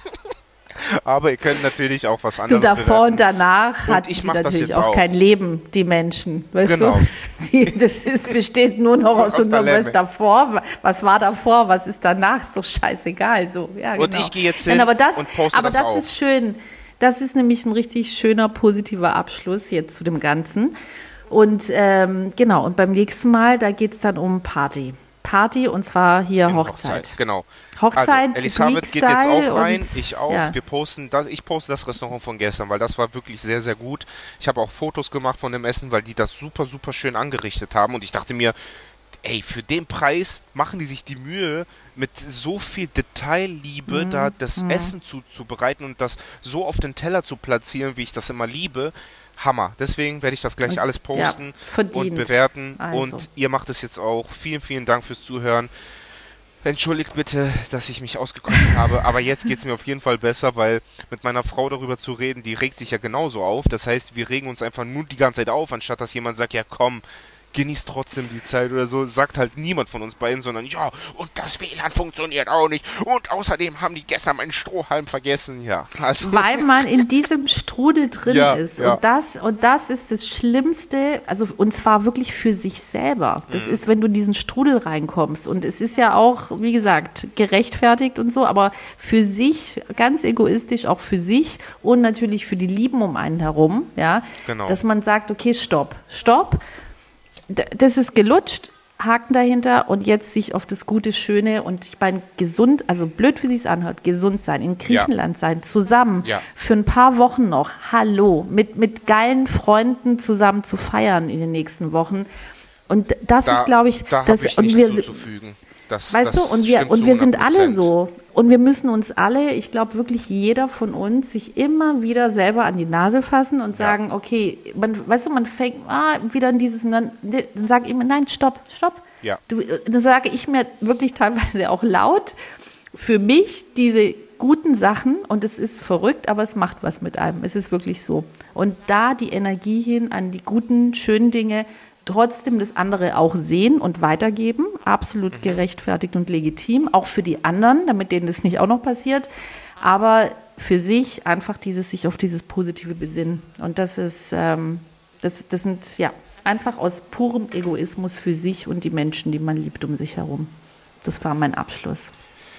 A: Aber ihr könnt natürlich auch was
B: Du
A: anderes
B: davor
A: bewerten.
B: und danach
A: Und
B: hat
A: ich
B: die
A: mach das
B: natürlich
A: jetzt
B: auch,
A: auch.
B: kein Leben, die Menschen. Weißt
A: Genau.
B: du? Die, das ist, besteht nur noch aus
A: Aus der
B: unserem, was
A: Lemme.
B: davor, was war davor, was ist danach, ist doch scheißegal. So, ja,
A: Und
B: genau.
A: ich gehe jetzt
B: Nein,
A: hin
B: aber das,
A: und poste
B: aber
A: das
B: das
A: auch.
B: ist schön. Das ist nämlich ein richtig schöner, positiver Abschluss jetzt zu dem Ganzen. Und ähm, genau, und beim nächsten Mal, da geht es dann um Party. Party und zwar hier
A: Genau,
B: Hochzeit.
A: Genau.
B: Hochzeit,
A: also, Elisabeth geht jetzt
B: Greek-Style
A: auch rein,
B: und-
A: ich auch.
B: ja.
A: Wir posten das, ich poste das Restaurant von gestern, weil das war wirklich sehr, sehr gut. Ich habe auch Fotos gemacht von dem Essen, weil die das super, super schön angerichtet haben und ich dachte mir, ey, für den Preis machen die sich die Mühe, mit so viel Detailliebe
B: Mhm.
A: da das Essen zuzubereiten und das so auf den Teller zu platzieren, wie ich das immer liebe. Hammer. Deswegen werde ich das gleich
B: Und-
A: alles posten
B: ja, verdient.
A: und bewerten.
B: Also.
A: Und ihr macht es jetzt auch. Vielen, vielen Dank fürs Zuhören. Entschuldigt bitte, dass ich mich ausgekocht habe, aber jetzt geht es mir auf jeden Fall besser, weil mit meiner Frau darüber zu reden, die regt sich ja genauso auf. Das heißt, wir regen uns einfach nur die ganze Zeit auf, anstatt dass jemand sagt, ja komm, genießt trotzdem die Zeit oder so. Sagt halt niemand von uns beiden, sondern ja, und das W L A N funktioniert auch nicht. Und außerdem haben die gestern meinen Strohhalm vergessen. Ja, also
B: Weil man in diesem Strudel drin
A: Ja,
B: ist.
A: ja.
B: Und, das, und das ist das Schlimmste, also und zwar wirklich für sich selber. Das
A: Mhm.
B: ist, wenn du in diesen Strudel reinkommst. Und es ist ja auch, wie gesagt, gerechtfertigt und so, aber für sich, ganz egoistisch, auch für sich und natürlich für die Lieben um einen herum, ja,
A: Genau.
B: dass man sagt, okay, stopp, stopp. D- Das ist gelutscht, Haken dahinter und jetzt sich auf das Gute, Schöne und ich meine, gesund, also blöd, wie sich anhört, gesund sein, in Griechenland sein, zusammen,
A: Ja.
B: für ein paar Wochen noch, hallo, mit, mit geilen Freunden zusammen zu feiern in den nächsten Wochen. Und das
A: da,
B: ist, glaube ich,
A: da
B: das,
A: habe ich
B: und
A: nichts
B: wir,
A: zuzufügen. Das,
B: weißt
A: das
B: du, und wir,
A: stimmt
B: und
A: zu
B: wir sind
A: hundert
B: alle
A: Prozent.
B: so. Und wir müssen uns alle, ich glaube wirklich jeder von uns, sich immer wieder selber an die Nase fassen und sagen, okay, man, weißt du, man fängt ah, wieder in dieses, und dann, dann sage ich immer, nein, stopp, stopp.
A: Ja.
B: Du, dann sage ich mir wirklich teilweise auch laut, für mich diese guten Sachen, und es ist verrückt, aber es macht was mit einem. Es ist wirklich so. Und da die Energie hin an die guten, schönen Dinge, trotzdem das andere auch sehen und weitergeben, absolut
A: Mhm.
B: gerechtfertigt und legitim, auch für die anderen, damit denen das nicht auch noch passiert, aber für sich einfach dieses, sich auf dieses Positive besinnen. Und das ist, ähm, das, das sind, ja, einfach aus purem Egoismus für sich und die Menschen, die man liebt um sich herum. Das war mein Abschluss.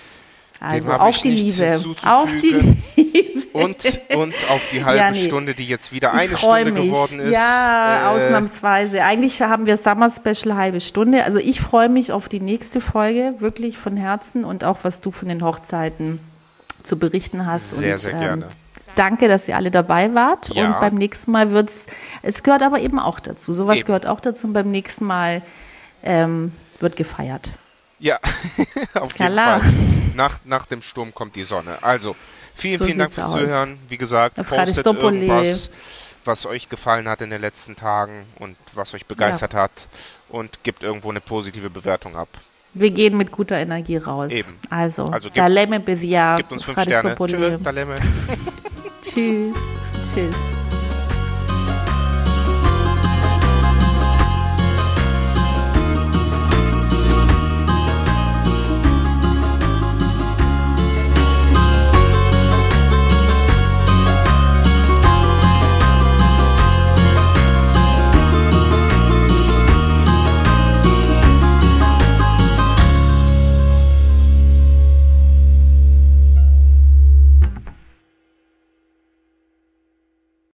B: Also
A: hab
B: auf
A: ich
B: die
A: nichts
B: Liebe,
A: hinzuzufügen.
B: auf die Liebe.
A: Und, und auf die halbe
B: Ja, nee.
A: Stunde, die jetzt wieder
B: Ich
A: eine
B: freu
A: Stunde
B: mich.
A: geworden ist.
B: Ja,
A: Äh,
B: ausnahmsweise. Eigentlich haben wir Summer Special halbe Stunde. Also ich freue mich auf die nächste Folge, wirklich von Herzen und auch, was du von den Hochzeiten zu berichten hast.
A: Sehr,
B: und,
A: sehr gerne.
B: Danke, dass ihr alle dabei wart.
A: Ja.
B: Und beim nächsten Mal wird's, es gehört aber eben auch dazu. Sowas
A: Eben.
B: gehört auch dazu. Und beim nächsten Mal ähm, wird gefeiert.
A: Ja, auf jeden
B: Klar.
A: Fall. Nach, nach dem Sturm kommt die Sonne. Also, vielen,
B: So
A: vielen Dank
B: sieht's
A: fürs
B: aus.
A: Zuhören. Wie gesagt, postet
B: Ευχαριστώ
A: irgendwas, was euch gefallen hat in den letzten Tagen und was euch begeistert hat und gebt irgendwo eine positive Bewertung ab.
B: Wir gehen mit guter Energie raus.
A: Eben.
B: Also,
A: Also
B: τα
A: gebt-
B: λέμε παιδιά.
A: Gebt uns fünf
B: Ευχαριστώ
A: Sterne.
B: πολύ.
A: Tschö, Dalemme.
B: Tschüss. Tschüss.